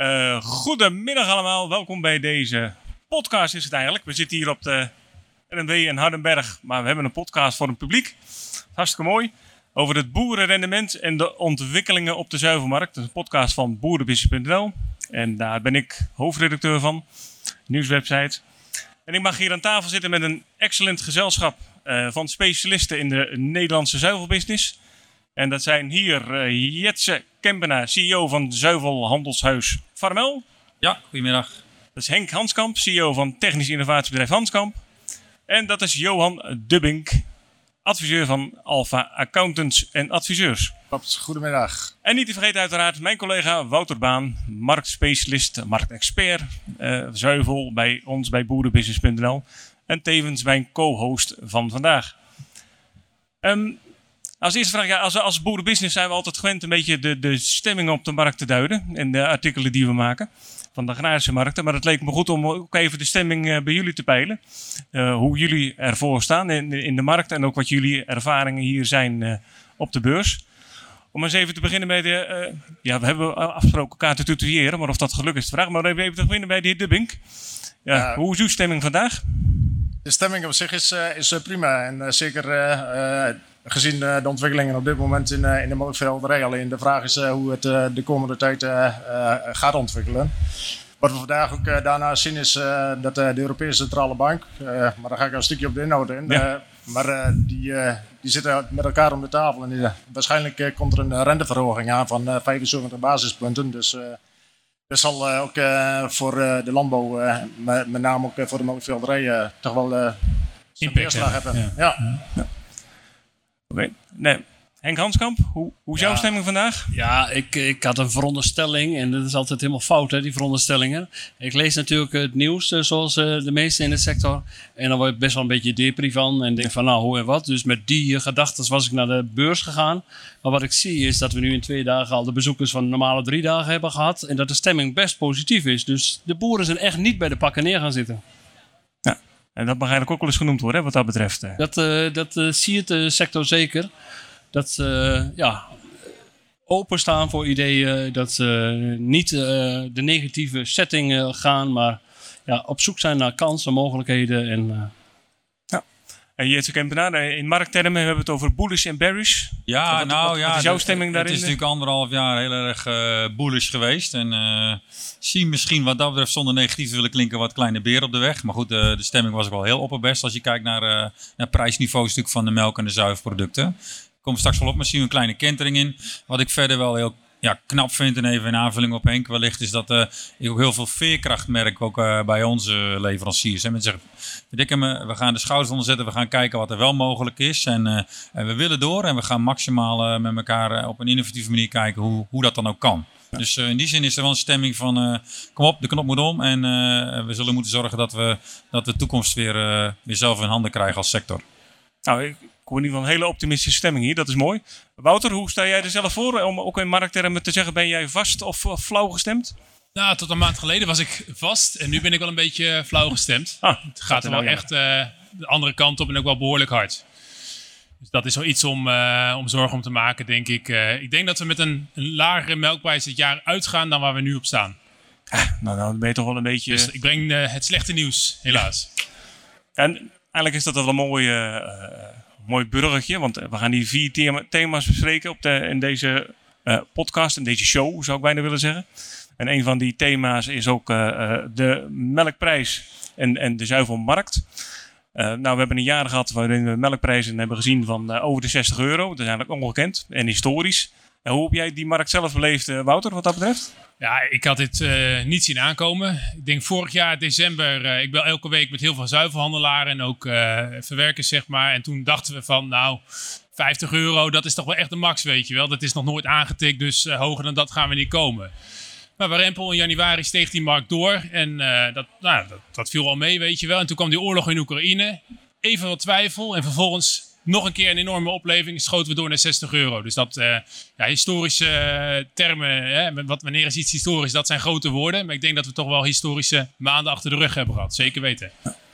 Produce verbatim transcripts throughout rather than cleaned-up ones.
Uh, goedemiddag allemaal, welkom bij deze podcast is het eigenlijk. We zitten hier op de R en W in Hardenberg, maar we hebben een podcast voor het publiek. Hartstikke mooi. Over het boerenrendement en de ontwikkelingen op de zuivelmarkt. Dat is een podcast van boerenbusiness punt n l. En daar ben ik hoofdredacteur van, nieuwswebsite. En ik mag hier aan tafel zitten met een excellent gezelschap uh, van specialisten in de Nederlandse zuivelbusiness. En dat zijn hier uh, Jetse Kempenaar, C E O van zuivelhandelshuis Farmel. Ja, goedemiddag. Dat is Henk Hanskamp, C E O van technisch innovatiebedrijf Hanskamp. En dat is Johan Dubbink, adviseur van Alpha Accountants en Adviseurs. Goedemiddag. En niet te vergeten uiteraard mijn collega Wouter Baan, marktspecialist, marktexpert, uh, zuivel bij ons bij boerenbusiness punt n l. En tevens mijn co-host van vandaag. Um, Als eerste vraag, ja, als, als boerenbusiness zijn we altijd gewend een beetje de, de stemming op de markt te duiden. En de artikelen die we maken van de agrarische markten. Maar het leek me goed om ook even de stemming uh, bij jullie te peilen. Uh, hoe jullie ervoor staan in, in de markt en ook wat jullie ervaringen hier zijn uh, op de beurs. Om eens even te beginnen bij de... Uh, ja, we hebben afgesproken elkaar te tutoyeren, maar of dat gelukt is te vragen. Maar even te beginnen bij de heer Dubbink. Ja, uh, hoe is uw stemming vandaag? De stemming op zich is, uh, is uh, prima. En uh, zeker uh, uh, gezien uh, de ontwikkelingen op dit moment in, uh, in de melkveehouderij. Alleen de vraag is uh, hoe het uh, de komende tijd uh, uh, gaat ontwikkelen. Wat we vandaag ook uh, daarnaast zien is uh, dat uh, de Europese Centrale Bank, uh, maar daar ga ik een stukje op de inhoud in, ja. uh, maar uh, die, uh, die zitten met elkaar om de tafel. En die, waarschijnlijk uh, komt er een renteverhoging aan van uh, vijfenzeventig basispunten. Dus uh, dat zal uh, ook uh, voor uh, de landbouw, uh, met, met name ook uh, voor de melkveehouderij, uh, toch wel uh, een weerslag hebben. Ja. Ja. Ja. Ja. Oké, okay. Nee. Henk Hanskamp, hoe, hoe is jouw ja, stemming vandaag? Ja, ik, ik had een veronderstelling en dat is altijd helemaal fout, hè, die veronderstellingen. Ik lees natuurlijk het nieuws, zoals uh, de meesten in de sector. En dan word ik best wel een beetje depri van en denk van nou, hoe en wat. Dus met die uh, gedachten was ik naar de beurs gegaan. Maar wat ik zie is dat we nu in twee dagen al de bezoekers van de normale drie dagen hebben gehad. En dat de stemming best positief is. Dus de boeren zijn echt niet bij de pakken neer gaan zitten. Ja, en dat mag eigenlijk ook wel eens genoemd worden, hè, wat dat betreft. Hè. Dat, uh, dat uh, zie je de sector zeker. Dat ze uh, ja, openstaan voor ideeën, dat ze niet uh, de negatieve setting uh, gaan, maar ja, op zoek zijn naar kansen, mogelijkheden. En, uh... ja. En Jetse Kempenaar, in markttermen hebben we het over bullish en bearish. Ja, wat, nou wat, ja, wat is jouw stemming daarin? Het is natuurlijk anderhalf jaar heel erg uh, bullish geweest. En uh, zie misschien wat dat betreft zonder negatief te willen klinken wat kleine beer op de weg. Maar goed, uh, de stemming was ook wel heel opperbest als je kijkt naar, uh, naar prijsniveaus natuurlijk van de melk en de zuivelproducten. Komen straks wel op, maar zien we een kleine kentering in. Wat ik verder wel heel ja, knap vind en even in aanvulling op Henk wellicht is dat uh, ik ook heel veel veerkracht merk ook uh, bij onze leveranciers. En mensen zeggen, me, we gaan de schouders onderzetten, we gaan kijken wat er wel mogelijk is. En, uh, en we willen door en we gaan maximaal uh, met elkaar uh, op een innovatieve manier kijken hoe, hoe dat dan ook kan. Ja. Dus uh, in die zin is er wel een stemming van uh, kom op, de knop moet om. En uh, we zullen moeten zorgen dat we, dat we de toekomst weer, uh, weer zelf in handen krijgen als sector. Nou, ik Ik hoor in ieder geval een hele optimistische stemming hier, dat is mooi. Wouter, hoe sta jij er zelf voor? Om ook in markttermen te zeggen, ben jij vast of, of flauw gestemd? Nou, tot een maand geleden was ik vast en nu ben ik wel een beetje flauw gestemd. Ah, het gaat er wel nou echt uh, de andere kant op en ook wel behoorlijk hard. Dus dat is wel iets om, uh, om zorgen om te maken, denk ik. Uh, ik denk dat we met een, een lagere melkprijs dit jaar uitgaan dan waar we nu op staan. Ah, nou, nou, dan ben je toch wel een beetje... Dus ik breng uh, het slechte nieuws, helaas. Ja. En eigenlijk is dat wel een mooie... Uh, Mooi burgertje, want we gaan hier vier thema- thema's bespreken op de, in deze uh, podcast, in deze show zou ik bijna willen zeggen. En een van die thema's is ook uh, de melkprijs en, en de zuivelmarkt. Uh, nou, we hebben een jaar gehad waarin we melkprijzen hebben gezien van uh, over de zestig euro. Dat is eigenlijk ongekend en historisch. En hoe heb jij die markt zelf beleefd, uh, Wouter, wat dat betreft? Ja, ik had dit uh, niet zien aankomen. Ik denk vorig jaar december, uh, ik bel elke week met heel veel zuivelhandelaren en ook uh, verwerkers, zeg maar. En toen dachten we van, nou, vijftig euro, dat is toch wel echt de max, weet je wel. Dat is nog nooit aangetikt, dus uh, hoger dan dat gaan we niet komen. Maar bij Rempel in januari steeg die markt door en uh, dat, nou, dat, dat viel al mee, weet je wel. En toen kwam die oorlog in Oekraïne, even wat twijfel en vervolgens... Nog een keer een enorme opleving, schoten we door naar zestig euro. Dus dat, uh, ja, historische uh, termen, hè, wat, wanneer is iets historisch, dat zijn grote woorden. Maar ik denk dat we toch wel historische maanden achter de rug hebben gehad, zeker weten.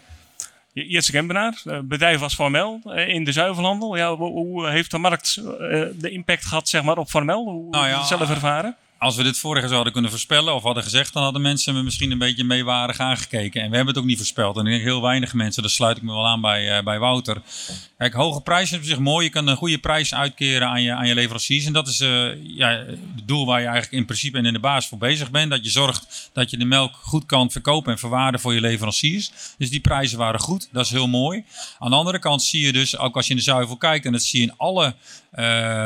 Jetse Kempenaar, bedrijf als Farmel in de zuivelhandel. Ja, hoe heeft de markt uh, de impact gehad zeg maar, op Farmel? Hoe nou ja, heb je het zelf ervaren? als we dit vorig jaar zo hadden kunnen voorspellen of hadden gezegd, dan hadden mensen me misschien een beetje meewarig aangekeken. En we hebben het ook niet voorspeld. En ik denk heel weinig mensen, daar sluit ik me wel aan bij, uh, bij Wouter. Kijk, hoge prijzen is op zich mooi. Je kan een goede prijs uitkeren aan je, aan je leveranciers. En dat is uh, ja, het doel waar je eigenlijk in principe en in de basis voor bezig bent. Dat je zorgt dat je de melk goed kan verkopen en verwaarden voor je leveranciers. Dus die prijzen waren goed. Dat is heel mooi. Aan de andere kant zie je dus, ook als je in de zuivel kijkt, en dat zie je in alle, uh,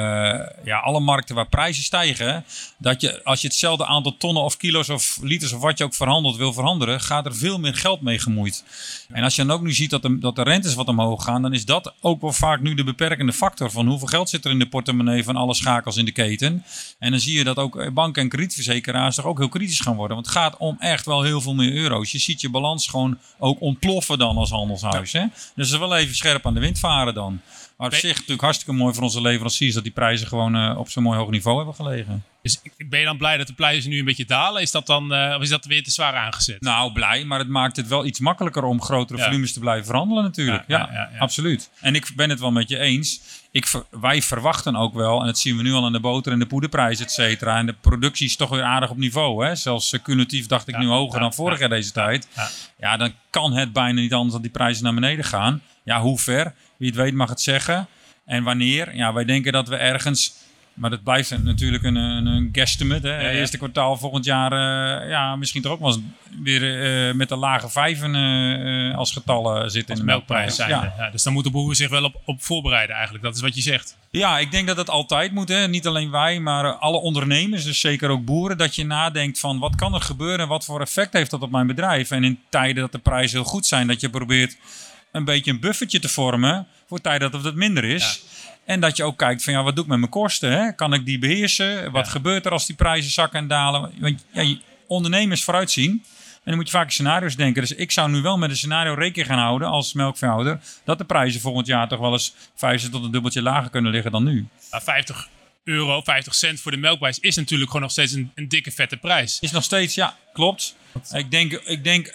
ja, alle markten waar prijzen stijgen, dat je als je hetzelfde aantal tonnen of kilo's of liters of wat je ook verhandelt wil veranderen, gaat er veel meer geld mee gemoeid. En als je dan ook nu ziet dat de, dat de rentes wat omhoog gaan, dan is dat ook wel vaak nu de beperkende factor van hoeveel geld zit er in de portemonnee van alle schakels in de keten. En dan zie je dat ook banken en kredietverzekeraars toch ook heel kritisch gaan worden. Want het gaat om echt wel heel veel meer euro's. Je ziet je balans gewoon ook ontploffen dan als handelshuis. Hè? Dus er wel even scherp aan de wind varen dan. Maar op zich natuurlijk hartstikke mooi voor onze leveranciers dat die prijzen gewoon uh, op zo'n mooi hoog niveau hebben gelegen. Dus ben je dan blij dat de prijzen nu een beetje dalen? Is dat dan, uh, of is dat weer te zwaar aangezet? Nou, blij, maar het maakt het wel iets makkelijker om grotere ja. volumes te blijven verhandelen natuurlijk. Ja, ja, ja, ja, ja, absoluut. En ik ben het wel met je eens. Ik, wij verwachten ook wel, en dat zien we nu al aan de boter en de poederprijs, et cetera. En de productie is toch weer aardig op niveau. Hè? Zelfs uh, cumulatief dacht ik ja, nu hoger ja, dan vorig ja, jaar deze ja, tijd. Ja. ja, dan kan het bijna niet anders dat die prijzen naar beneden gaan. Ja, hoe ver? Wie het weet mag het zeggen. En wanneer? Ja, wij denken dat we ergens, maar dat blijft natuurlijk een, een, een guesstimate. Hè? Ja, ja. Eerste kwartaal volgend jaar, uh, ja, misschien toch ook wel eens weer uh, met de lage vijven uh, als getallen zitten. Als in de melkprijs zijn. Ja. Ja, dus dan moet de boer zich wel op, op voorbereiden eigenlijk. Dat is wat je zegt. Ja, ik denk dat dat altijd moet. Hè? Niet alleen wij, maar alle ondernemers, dus zeker ook boeren. Dat je nadenkt van wat kan er gebeuren en wat voor effect heeft dat op mijn bedrijf. En in tijden dat de prijzen heel goed zijn, dat je probeert een beetje een buffertje te vormen voor tijden dat het minder is. Ja. En dat je ook kijkt van ja, wat doe ik met mijn kosten? Hè? Kan ik die beheersen? Wat ja. gebeurt er als die prijzen zakken en dalen? Want ja, ondernemers vooruitzien. En dan moet je vaak scenario's denken. Dus ik zou nu wel met een scenario rekening gaan houden als melkveehouder. Dat de prijzen volgend jaar toch wel eens vijftig tot een dubbeltje lager kunnen liggen dan nu. Ja, vijftig euro, vijftig cent voor de melkprijs is natuurlijk gewoon nog steeds een, een dikke vette prijs. Is nog steeds, ja, klopt. Ik denk, ik denk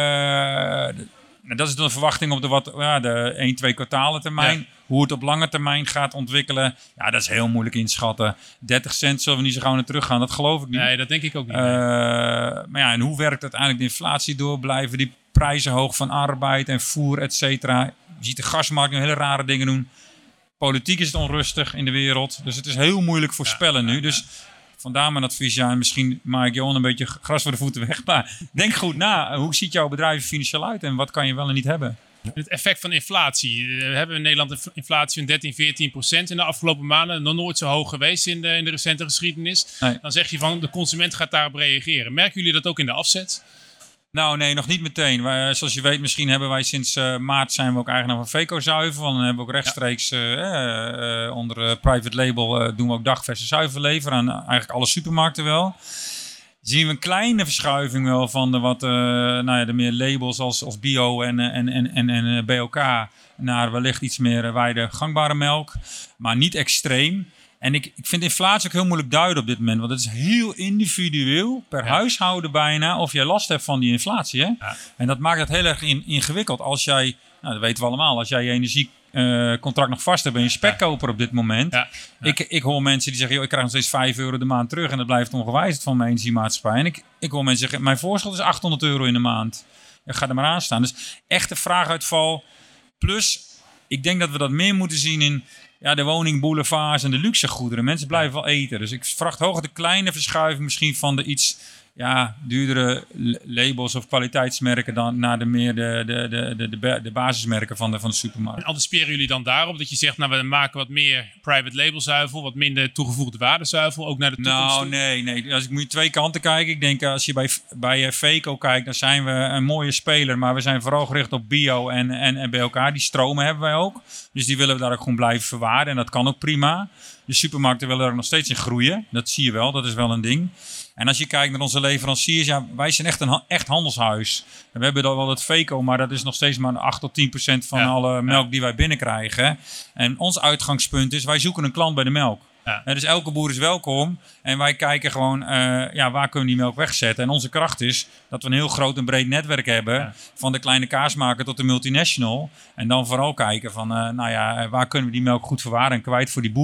uh, dat is de verwachting op de, wat, ja, de één, twee kwartalen termijn. Ja. Hoe het op lange termijn gaat ontwikkelen, ja, dat is heel moeilijk inschatten. dertig cent zullen we niet zo gauw naar terug gaan, dat geloof ik niet. Nee, dat denk ik ook niet. Uh, maar ja, en hoe werkt uiteindelijk de inflatie door? Blijven die prijzen hoog van arbeid en voer, et cetera? Je ziet de gasmarkt nu hele rare dingen doen. Politiek is het onrustig in de wereld. Dus het is heel moeilijk voorspellen ja, nu. Ja, ja. Dus vandaar mijn advies. Ja, en misschien maak ik Johan een beetje gras voor de voeten weg. Maar denk goed na. Hoe ziet jouw bedrijf financieel uit? En wat kan je wel en niet hebben? Het effect van inflatie. We hebben in Nederland een inflatie van dertien, veertien procent in de afgelopen maanden. Nog nooit zo hoog geweest in de, in de recente geschiedenis. Nee. Dan zeg je van de consument gaat daarop reageren. Merken jullie dat ook in de afzet? Nou nee, nog niet meteen. Wij, zoals je weet, misschien hebben wij sinds uh, maart zijn we ook eigenaar van Veco-zuivel. En dan hebben we ook rechtstreeks uh, uh, uh, onder uh, private label uh, doen we ook dagverse zuivel leveren aan uh, eigenlijk alle supermarkten wel. Zien we een kleine verschuiving wel van de wat uh, nou ja, de meer labels als, als bio en, en, en, en, en B O K naar wellicht iets meer uh, wijde gangbare melk. Maar niet extreem. En ik, ik vind inflatie ook heel moeilijk duiden op dit moment. Want het is heel individueel, per ja. huishouden bijna, of jij last hebt van die inflatie. Hè? Ja. En dat maakt het heel erg in, ingewikkeld. Als jij, nou, dat weten we allemaal, als jij je energiecontract uh, nog vast hebt, ben je spekkoper op dit moment. Ja. Ja. Ik, ik hoor mensen die zeggen, joh, ik krijg nog steeds vijf euro de maand terug. En dat blijft ongewijzigd van mijn energiemaatschappij. En ik, ik hoor mensen zeggen, mijn voorschot is achthonderd euro in de maand. Ja, ga er maar aan staan. Dus echte vraaguitval. Plus, ik denk dat we dat meer moeten zien in ja, de woningboulevards en de luxe goederen. Mensen blijven wel eten. Dus ik verwacht hoger de kleine verschuiving misschien van de iets ja, duurdere labels of kwaliteitsmerken dan naar de meer de, de, de, de, de, de basismerken van de, van de supermarkt. En anticiperen jullie dan daarop dat je zegt, nou, we maken wat meer private label zuivel, wat minder toegevoegde waarde zuivel, ook naar de toekomst? Nou, nee, nee. Als ik moet twee kanten kijken. Ik denk als je bij, bij Veco kijkt, dan zijn we een mooie speler, maar we zijn vooral gericht op bio en, en, en B L K. Die stromen hebben wij ook. Dus die willen we daar ook gewoon blijven verwaarden en dat kan ook prima. De supermarkten willen er nog steeds in groeien. Dat zie je wel, dat is wel een ding. En als je kijkt naar onze leveranciers, ja, wij zijn echt een echt handelshuis. En we hebben dan wel het Veco, maar dat is nog steeds maar acht tot tien procent van ja, alle melk ja. die wij binnenkrijgen. En ons uitgangspunt is, wij zoeken een klant bij de melk. Ja. En dus elke boer is welkom. En wij kijken gewoon, uh, ja, waar kunnen we die melk wegzetten? En onze kracht is dat we een heel groot en breed netwerk hebben. Ja. Van de kleine kaasmaker tot de multinational. En dan vooral kijken van, uh, nou ja, waar kunnen we die melk goed verwaren en kwijt voor die boer?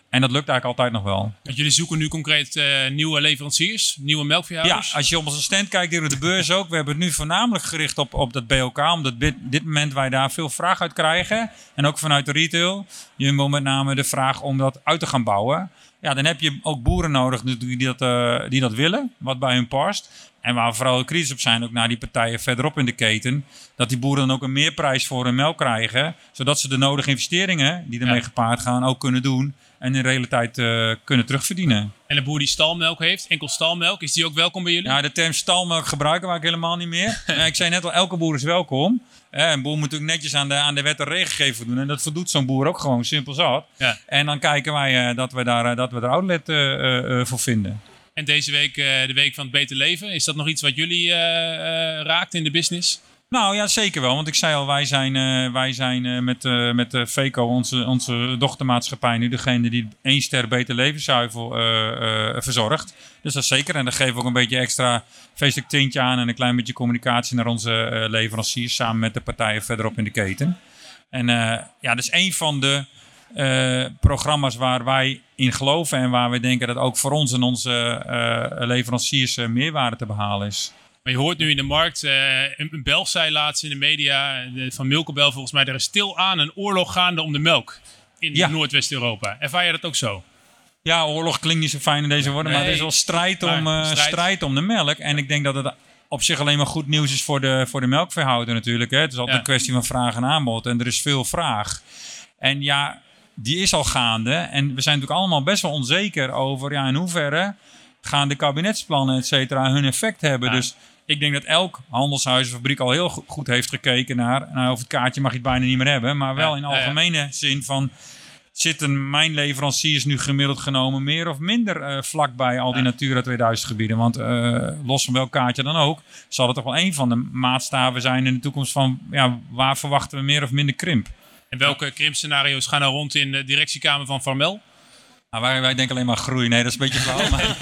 En dat lukt eigenlijk altijd nog wel. Want jullie zoeken nu concreet uh, nieuwe leveranciers, nieuwe melkveehouders? Ja, als je op onze stand kijkt hier op de beurs ook. We hebben het nu voornamelijk gericht op, op dat B O K. Omdat dit, dit moment wij daar veel vraag uit krijgen. En ook vanuit de retail. Jumbo met name de vraag om dat uit te gaan bouwen. Ja, dan heb je ook boeren nodig die dat, uh, die dat willen. Wat bij hun past. En waar we vooral kritisch op zijn, ook naar die partijen verderop in de keten. Dat die boeren dan ook een meerprijs voor hun melk krijgen. Zodat ze de nodige investeringen die ermee ja. gepaard gaan ook kunnen doen. En in realiteit uh, kunnen terugverdienen. En de boer die stalmelk heeft, enkel stalmelk, is die ook welkom bij jullie? Ja, de term stalmelk gebruiken we helemaal niet meer. Ja, ik zei net al, elke boer is welkom. Eh, een boer moet natuurlijk netjes aan de, aan de wet en regelgeving voldoen. En dat voldoet zo'n boer ook gewoon, simpel zat. Ja. En dan kijken wij uh, dat we daar uh, dat we er outlet uh, uh, voor vinden. En deze week, uh, de week van het beter leven, is dat nog iets wat jullie uh, uh, raakt in de business? Nou ja, zeker wel. Want ik zei al, wij zijn, uh, wij zijn uh, met, uh, met uh, Veco, onze, onze dochtermaatschappij, nu degene die één ster beter levenszuivel uh, uh, verzorgt. Dus dat is zeker. En dat geeft ook een beetje extra feestelijk tintje aan en een klein beetje communicatie naar onze uh, leveranciers samen met de partijen verderop in de keten. En uh, ja, dat is één van de uh, programma's waar wij in geloven en waar we denken dat ook voor ons en onze uh, leveranciers uh, meerwaarde te behalen is. Maar je hoort nu in de markt, uh, een Belg zei laatst in de media, de, van Milkobel volgens mij, er is stil aan een oorlog gaande om de melk in ja. Noordwest-Europa. Ervaar je dat ook zo? Ja, oorlog klinkt niet zo fijn in deze woorden, nee, maar er is wel strijd om, uh, strijd. strijd om de melk. En ik denk dat het op zich alleen maar goed nieuws is voor de, voor de melkveehouder natuurlijk. Hè. Het is altijd ja. een kwestie van vraag en aanbod en er is veel vraag. En ja, die is al gaande en we zijn natuurlijk allemaal best wel onzeker over ja, in hoeverre gaan de kabinetsplannen et cetera hun effect hebben. Ja. Dus ik denk dat elk handelshuis of fabriek al heel goed heeft gekeken naar, nou, over het kaartje mag je het bijna niet meer hebben, maar wel ja, in algemene ja, ja. zin van, zitten mijn leveranciers nu gemiddeld genomen meer of minder uh, vlakbij al die ja. Natura tweeduizend gebieden? Want uh, los van welk kaartje dan ook, zal het toch wel een van de maatstaven zijn in de toekomst van, ja, waar verwachten we meer of minder krimp? En welke krimpscenario's gaan er rond in de directiekamer van Farmel? Nou, wij, wij denken alleen maar groei. Nee, dat is een beetje flauw. Maar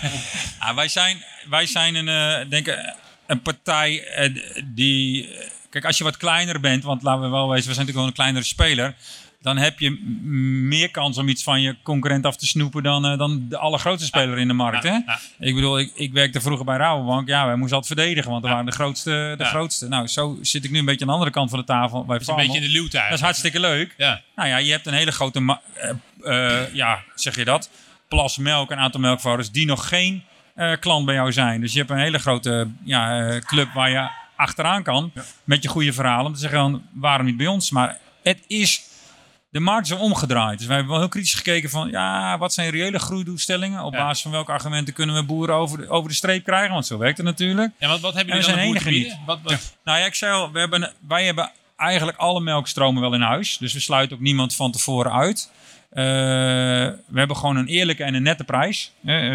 ja, wij, zijn, wij zijn een, uh, denk, een partij uh, die... Uh, kijk, als je wat kleiner bent, want laten we wel wezen, we zijn natuurlijk wel een kleinere speler, dan heb je m- meer kans om iets van je concurrent af te snoepen dan, uh, dan de allergrootste speler in de markt. Ja, hè? ja. Ik bedoel, ik, ik werkte vroeger bij Rabobank. Ja, wij moesten altijd verdedigen, want we ja. waren de grootste, de ja. grootste. Nou, zo zit ik nu een beetje aan de andere kant van de tafel. Bij dat is een beetje in de luwte. Dat is hartstikke leuk. Ja. Nou ja, je hebt een hele grote, ma- uh, uh, ja, zeg je dat, plas melk, een aantal melkveehouders die nog geen uh, klant bij jou zijn. Dus je hebt een hele grote ja, uh, club waar je achteraan kan ja. met je goede verhalen. Om te zeggen, dan, waarom niet bij ons? Maar het is... De markt is omgedraaid. Dus wij hebben wel heel kritisch gekeken van, ja, wat zijn reële groeidoelstellingen? Op ja. basis van welke argumenten kunnen we boeren over de, over de streep krijgen? Want zo werkt het natuurlijk. Ja, wat, wat hebben jullie dan de boer te bieden? Wat, wat? Ja. Nou ja, ik zei al, we hebben, wij hebben eigenlijk alle melkstromen wel in huis. Dus we sluiten ook niemand van tevoren uit. Uh, we hebben gewoon een eerlijke en een nette prijs. Uh, uh,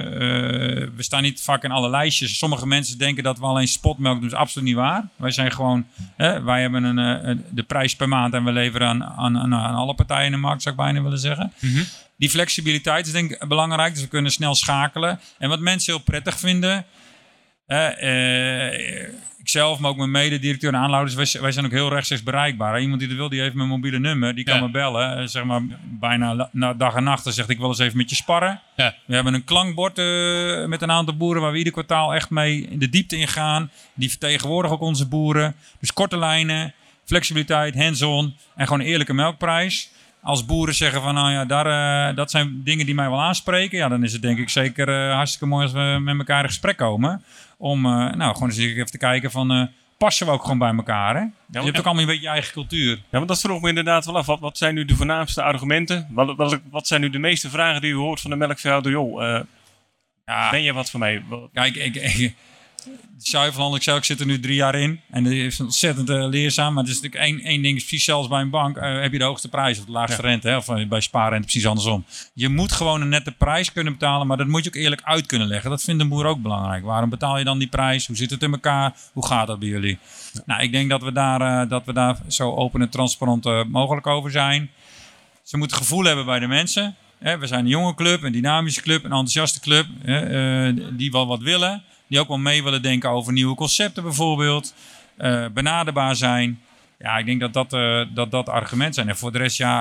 we staan niet vaak in alle lijstjes. Sommige mensen denken dat we alleen spotmelk doen. Dat is absoluut niet waar. Wij zijn gewoon, uh, wij hebben een, uh, de prijs per maand en we leveren aan, aan, aan, aan alle partijen in de markt, zou ik bijna willen zeggen. Mm-hmm. Die flexibiliteit is denk ik belangrijk. Dus we kunnen snel schakelen. En wat mensen heel prettig vinden. Uh, uh, Ikzelf, maar ook mijn mededirecteur en aanhouders, wij, wij zijn ook heel rechtstreeks bereikbaar. Iemand die dat wil, die heeft mijn mobiele nummer. Die kan ja. me bellen, zeg maar bijna na, dag en nacht. Dan zegt ik wil eens even met je sparren. Ja. We hebben een klankbord uh, met een aantal boeren waar we ieder kwartaal echt mee in de diepte in gaan. Die vertegenwoordigen ook onze boeren. Dus korte lijnen, flexibiliteit, hands-on en gewoon een eerlijke melkprijs. Als boeren zeggen van, nou ja, daar, uh, dat zijn dingen die mij wel aanspreken. Ja, dan is het denk ik zeker uh, hartstikke mooi als we met elkaar in gesprek komen. Om uh, nou, gewoon eens even te kijken van, uh, passen we ook gewoon bij elkaar, hè? Ja, je hebt ook allemaal een beetje je eigen cultuur. Ja, want dat vroeg me inderdaad wel af. Wat, wat zijn nu de voornaamste argumenten? Wat, wat, wat zijn nu de meeste vragen die u hoort van de melkveehouder? Joh, uh, ja. Ben je wat voor mij? Kijk, ik... ik de zuivelhandel, ik, ik zit er nu drie jaar in en dat is ontzettend uh, leerzaam. Maar het is natuurlijk één, één ding, precies zelfs bij een bank uh, heb je de hoogste prijs of de laagste ja. rente. Hè, of uh, bij spaarrente precies andersom. Je moet gewoon een nette prijs kunnen betalen, maar dat moet je ook eerlijk uit kunnen leggen. Dat vindt een boer ook belangrijk. Waarom betaal je dan die prijs? Hoe zit het in elkaar? Hoe gaat dat bij jullie? Ja. Nou, ik denk dat we daar, uh, dat we daar zo open en transparant uh, mogelijk over zijn. Ze moeten gevoel hebben bij de mensen. Hè, we zijn een jonge club, een dynamische club, een enthousiaste club hè, uh, die wel wat willen. Die ook wel mee willen denken over nieuwe concepten bijvoorbeeld. Uh, benaderbaar zijn. Ja, ik denk dat dat, uh, dat dat argument zijn. En voor de rest, ja,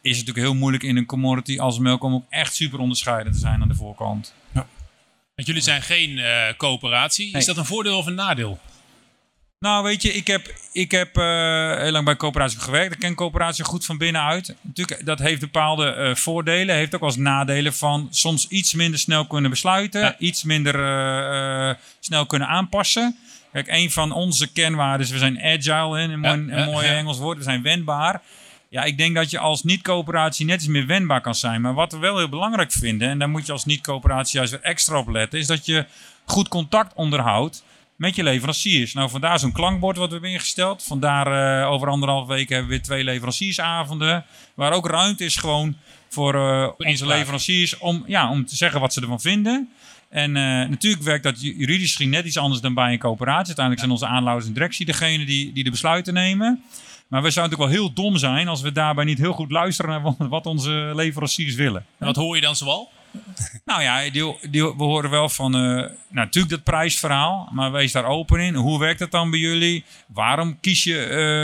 is het natuurlijk heel moeilijk in een commodity als melk om ook echt super onderscheidend te zijn aan de voorkant. Want jullie zijn geen uh, coöperatie. Nee. Is dat een voordeel of een nadeel? Nou, weet je, ik heb, ik heb uh, heel lang bij coöperatie gewerkt. Ik ken coöperatie goed van binnenuit. Natuurlijk, dat heeft bepaalde uh, voordelen. Heeft ook als nadelen van soms iets minder snel kunnen besluiten. Ja. Iets minder uh, uh, snel kunnen aanpassen. Kijk, een van onze kenwaarden is, we zijn agile, hè, een, ja, mooi, een ja, mooi ja. Engels woord. We zijn wendbaar. Ja, ik denk dat je als niet-coöperatie net iets meer wendbaar kan zijn. Maar wat we wel heel belangrijk vinden, en daar moet je als niet-coöperatie juist weer extra op letten, is dat je goed contact onderhoudt met je leveranciers. Nou, vandaar zo'n klankbord wat we hebben ingesteld. Vandaar uh, over anderhalf weken hebben we weer twee leveranciersavonden. Waar ook ruimte is gewoon voor uh, onze leveranciers om, ja, om te zeggen wat ze ervan vinden. En uh, natuurlijk werkt dat juridisch misschien net iets anders dan bij een coöperatie. Uiteindelijk zijn onze aanlouders en directie degene die, die de besluiten nemen. Maar we zouden natuurlijk wel heel dom zijn als we daarbij niet heel goed luisteren naar wat onze leveranciers willen. En wat hoor je dan zoal? Nou ja, die, die, we horen wel van uh, nou, natuurlijk dat prijsverhaal, maar wees daar open in. Hoe werkt het dan bij jullie? Waarom kies je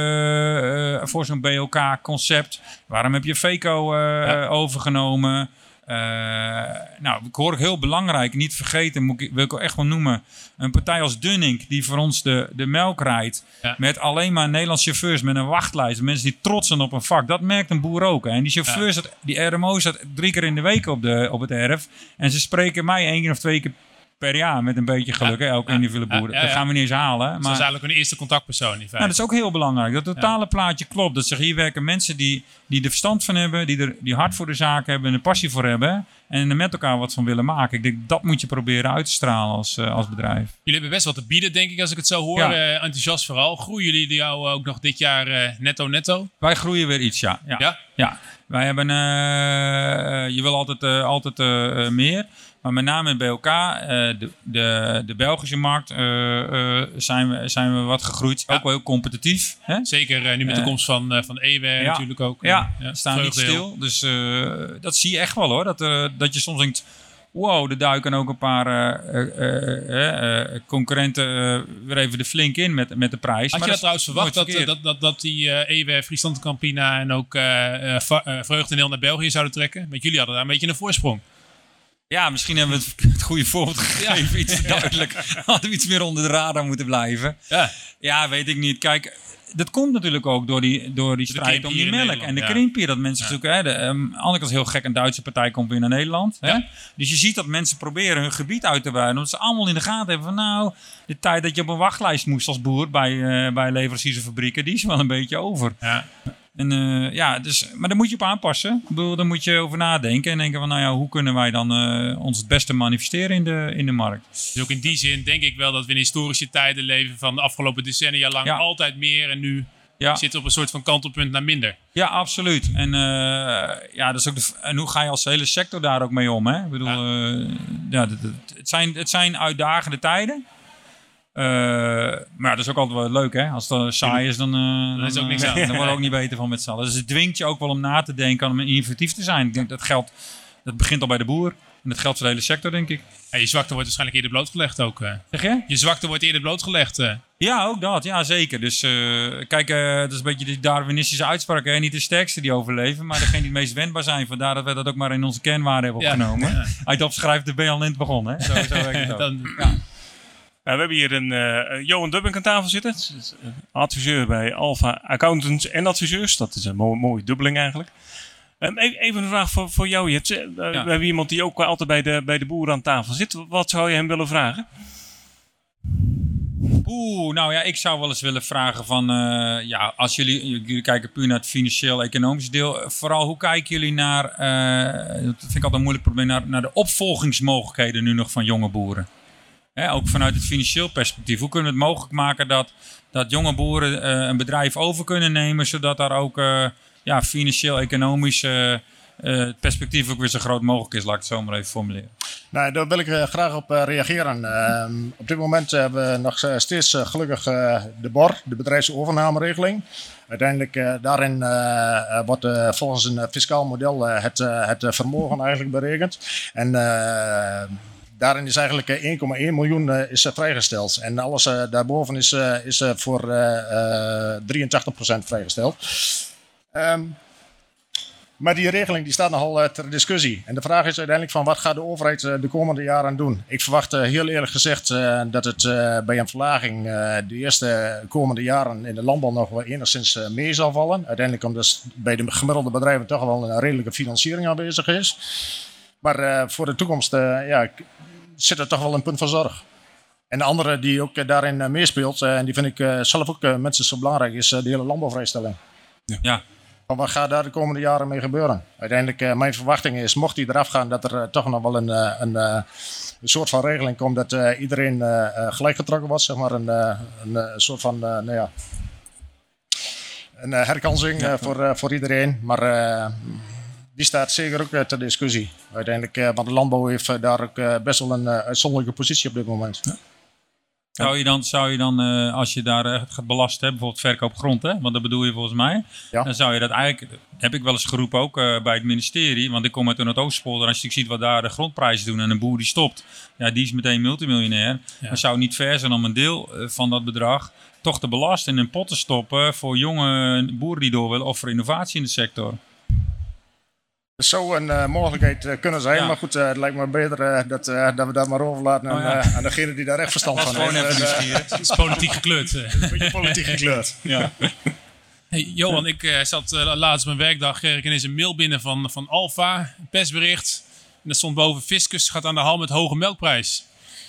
uh, uh, voor zo'n B L K-concept? Waarom heb je Feco uh, ja. overgenomen? Uh, nou, ik hoor ook heel belangrijk, niet vergeten, moet ik, wil ik wel echt wel noemen. Een partij als Dunning, die voor ons de, de melk rijdt. Ja. Met alleen maar Nederlandse chauffeurs, met een wachtlijst. Mensen die trots zijn op een vak. Dat merkt een boer ook. Hè. En die chauffeurs, ja. die R M O zat drie keer in de week op, de, op het erf. En ze spreken mij één keer of twee keer per jaar met een beetje geluk. Ja. Hè, elke ja. individuele boer. Ja, ja, ja. Dat gaan we niet eens halen. Maar dat is eigenlijk een eerste contactpersoon. In feite. Nou, dat is ook heel belangrijk. Dat totale ja. plaatje klopt. Dat zeg, hier werken mensen die, die er verstand van hebben. Die er die hart voor de zaak hebben. En er passie voor hebben. En er met elkaar wat van willen maken. Ik denk, dat moet je proberen uit te stralen als, uh, als bedrijf. Jullie hebben best wat te bieden, denk ik, als ik het zo hoor. Ja. Uh, enthousiast vooral. Groeien jullie jou ook nog dit jaar uh, netto netto? Wij groeien weer iets, ja. Ja? Ja. ja. Wij hebben... Uh, je wil altijd, uh, altijd uh, meer. Maar met name in B L K, uh, de, de, de Belgische markt, uh, uh, zijn, we, zijn we wat gegroeid. Ja. Ook wel heel competitief. Hè? Zeker uh, nu met de komst van, uh, van E W R ja. natuurlijk ook. Ja, ja. staan niet stil. Dus uh, dat zie je echt wel hoor. Dat, uh, dat je soms denkt, wow, er duiken ook een paar uh, uh, uh, uh, concurrenten uh, weer even de flink in met, met de prijs. Had maar je dat trouwens verwacht, dat, dat, dat, dat die uh, E W R, Friesland Campina en ook uh, uh, Vreugdeneel naar België zouden trekken? Want jullie hadden daar een beetje een voorsprong. Ja, misschien hebben we het, het goede voorbeeld gegeven. Ja. Iets duidelijk. Hadden we iets meer onder de radar moeten blijven. Ja, ja weet ik niet. Kijk, dat komt natuurlijk ook door die, door die strijd om die melk. En de ja. krimpje dat mensen ja. zoeken. Hè. De, um, andere is heel gek, een Duitse partij komt weer naar Nederland. Hè. Ja. Dus je ziet dat mensen proberen hun gebied uit te breiden. Omdat ze allemaal in de gaten hebben van nou, de tijd dat je op een wachtlijst moest als boer bij, uh, bij leveranciers en fabrieken, die is wel een beetje over. Ja. En, uh, ja, dus, maar daar moet je op aanpassen. Ik bedoel, daar moet je over nadenken. En denken van, nou ja, hoe kunnen wij dan uh, ons het beste manifesteren in de, in de markt. Dus ook in die zin denk ik wel dat we in historische tijden leven van de afgelopen decennia lang ja. altijd meer. En nu ja. zitten we op een soort van kantelpunt naar minder. Ja, absoluut. En, uh, ja, dat is ook de, en hoe ga je als hele sector daar ook mee om? Hè? Ik bedoel, ja. Uh, ja, het, het, zijn, het zijn uitdagende tijden. Uh, maar dat is ook altijd wel leuk, hè? Als het saai is, dan, uh, dan, is ook niks uh, aan. dan worden we ook niet beter van met z'n allen. Dus het dwingt je ook wel om na te denken, om innovatief te zijn. Ik denk dat geldt, dat begint al bij de boer. En dat geldt voor de hele sector, denk ik. Ja, je zwakte wordt waarschijnlijk eerder blootgelegd ook. Uh. Zeg je? Je zwakte wordt eerder blootgelegd. Uh. Ja, ook dat. Ja, zeker. Dus uh, kijk, uh, dat is een beetje die Darwinistische uitspraak. Hè? Niet de sterkste die overleven, maar degene die het meest wendbaar zijn. Vandaar dat we dat ook maar in onze kernwaarden hebben opgenomen. Ja. Ja. Uit opschrijft de B L N begonnen. Hè? Zo, zo werkt het ook. Dan, ja. Nou, we hebben hier een uh, Johan Dubbink aan tafel zitten. Adviseur bij Alpha Accountants en Adviseurs. Dat is een mo- mooie dubbeling eigenlijk. Um, even een vraag voor, voor jou, Jets. Uh, ja. We hebben iemand die ook altijd bij de, bij de boeren aan tafel zit. Wat zou je hem willen vragen? Oeh, nou ja, ik zou wel eens willen vragen van... Uh, ja, als jullie, jullie kijken puur naar het financieel-economische deel. Vooral, hoe kijken jullie naar... Uh, dat vind ik altijd een moeilijk probleem. Naar, naar de opvolgingsmogelijkheden nu nog van jonge boeren. He, ook vanuit het financieel perspectief. Hoe kunnen we het mogelijk maken dat, dat jonge boeren uh, een bedrijf over kunnen nemen, zodat daar ook uh, ja, financieel-economisch uh, uh, het perspectief ook weer zo groot mogelijk is. Laat ik het zo maar even formuleren. Nou, daar wil ik uh, graag op uh, reageren. Uh, op dit moment hebben we nog steeds uh, gelukkig uh, de B O R, de bedrijfsovernameregeling. Uiteindelijk uh, daarin uh, wordt uh, volgens een fiscaal model uh, het, uh, het uh, vermogen eigenlijk berekend. En... Uh, Daarin is eigenlijk één komma één miljoen uh, is, uh, vrijgesteld. En alles uh, daarboven is, uh, is uh, voor uh, uh, drieëntachtig procent vrijgesteld. Um, Maar die regeling die staat nogal uh, ter discussie. En de vraag is uiteindelijk van wat gaat de overheid uh, de komende jaren doen? Ik verwacht uh, heel eerlijk gezegd uh, dat het uh, bij een verlaging uh, de eerste komende jaren in de landbouw nog wel enigszins uh, mee zal vallen. Uiteindelijk omdat dus bij de gemiddelde bedrijven toch wel een redelijke financiering aanwezig is. Maar uh, voor de toekomst uh, ja, zit er toch wel een punt van zorg. En de andere die ook uh, daarin uh, meespeelt, uh, en die vind ik uh, zelf ook uh, minstens zo belangrijk, is uh, de hele landbouwvrijstelling. Ja. ja. Van wat gaat daar de komende jaren mee gebeuren? Uiteindelijk, uh, mijn verwachting is, mocht die eraf gaan, dat er uh, toch nog wel een, uh, een, uh, een soort van regeling komt dat uh, iedereen uh, uh, gelijk getrokken wordt. Zeg maar een, uh, een uh, soort van, uh, nou ja, een uh, herkansing uh, voor, uh, voor iedereen. Maar uh, die staat zeker ook uh, ter discussie. Uiteindelijk, uh, want de landbouw heeft uh, daar ook uh, best wel een uh, uitzonderlijke positie op dit moment. Ja. Zou je dan, zou je dan uh, als je daar uh, gaat belasten, bijvoorbeeld verkoop grond, hè? Want dat bedoel je volgens mij, ja. Dan zou je dat eigenlijk, heb ik wel eens geroepen ook uh, bij het ministerie, want ik kom uit het Oostpolder, als je ziet wat daar de grondprijzen doen en een boer die stopt, ja, die is meteen multimiljonair. Ja. Dan zou het niet ver zijn om een deel uh, van dat bedrag toch te belasten en in een pot te stoppen voor jonge boeren die door willen of voor innovatie in de sector. Dat zou een uh, mogelijkheid uh, kunnen zijn, ja. Maar goed, uh, het lijkt me beter uh, dat, uh, dat we dat maar overlaten aan, oh, ja. uh, aan degene die daar echt verstand van heeft. Gewoon even uh, Het is politiek gekleurd. Een beetje politiek gekleurd. Ja. Hey, Johan, ik uh, zat uh, laatst op mijn werkdag, kreeg ik ineens een mail binnen van, van Alfa, een persbericht. En daar stond boven, fiscus gaat aan de haal met hoge melkprijs.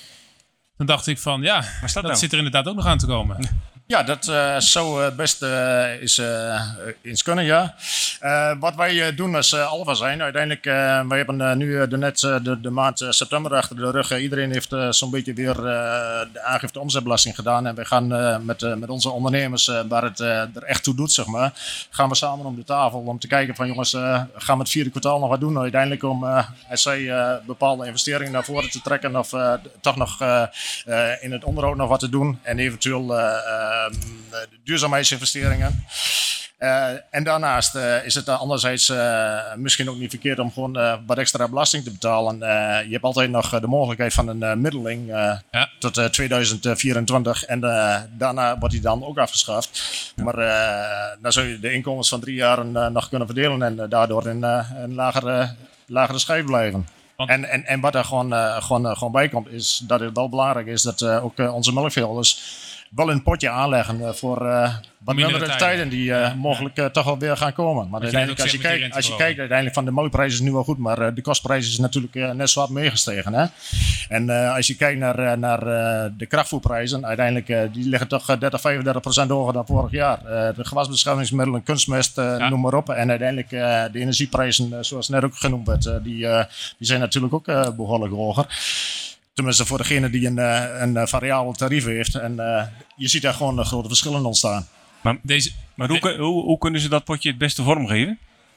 Dan dacht ik van, ja, dat, dat nou? zit er inderdaad ook nog aan te komen. Ja, dat uh, zou uh, best uh, eens, uh, eens kunnen, ja. Uh, wat wij uh, doen als uh, Alfa zijn, uiteindelijk, uh, wij hebben uh, nu uh, de net uh, de, de maand uh, september achter de rug. Uh, iedereen heeft uh, zo'n beetje weer uh, de aangifte omzetbelasting gedaan. En wij gaan uh, met, uh, met onze ondernemers, uh, waar het uh, er echt toe doet, zeg maar, gaan we samen om de tafel om te kijken van jongens, uh, gaan we het vierde kwartaal nog wat doen? Uiteindelijk om, uh, als zij uh, bepaalde investeringen naar voren te trekken of uh, toch nog uh, uh, in het onderhoud nog wat te doen. En eventueel... Uh, uh, de duurzaamheidsinvesteringen. Uh, en daarnaast uh, is het uh, anderzijds uh, misschien ook niet verkeerd om gewoon uh, wat extra belasting te betalen. Uh, je hebt altijd nog uh, de mogelijkheid van een uh, middeling uh, ja. tot uh, tweeduizend vierentwintig. En uh, daarna wordt die dan ook afgeschaft. Ja. Maar uh, dan zul je de inkomens van drie jaar uh, nog kunnen verdelen en uh, daardoor in uh, een lagere, lagere schijf blijven. En, en, en wat er gewoon, uh, gewoon, uh, gewoon bij komt is dat het wel belangrijk is dat uh, ook uh, onze melkveehouders wel een potje aanleggen uh, voor uh, wat mindere tijden, tijden die uh, ja, mogelijk uh, toch wel weer gaan komen. Maar uiteindelijk, als je, kijkt, als je kijkt, uiteindelijk van de melkprijs is nu wel goed, maar uh, de kostprijs is natuurlijk uh, net zo hard meegestegen. Hè? En uh, als je kijkt naar, uh, naar uh, de krachtvoerprijzen, uiteindelijk uh, die liggen toch uh, dertig, vijfendertig procent hoger dan vorig jaar. Uh, de gewasbeschermingsmiddelen, kunstmest, uh, ja. noem maar op. En uiteindelijk uh, de energieprijzen, uh, zoals net ook genoemd werd, uh, die, uh, die zijn natuurlijk ook uh, behoorlijk hoger. Tenminste voor degene die een, een, een variabel tarief heeft. En uh, je ziet daar gewoon grote verschillen ontstaan. Maar, Deze, maar hoe, hoe, hoe kunnen ze dat potje het beste vormgeven?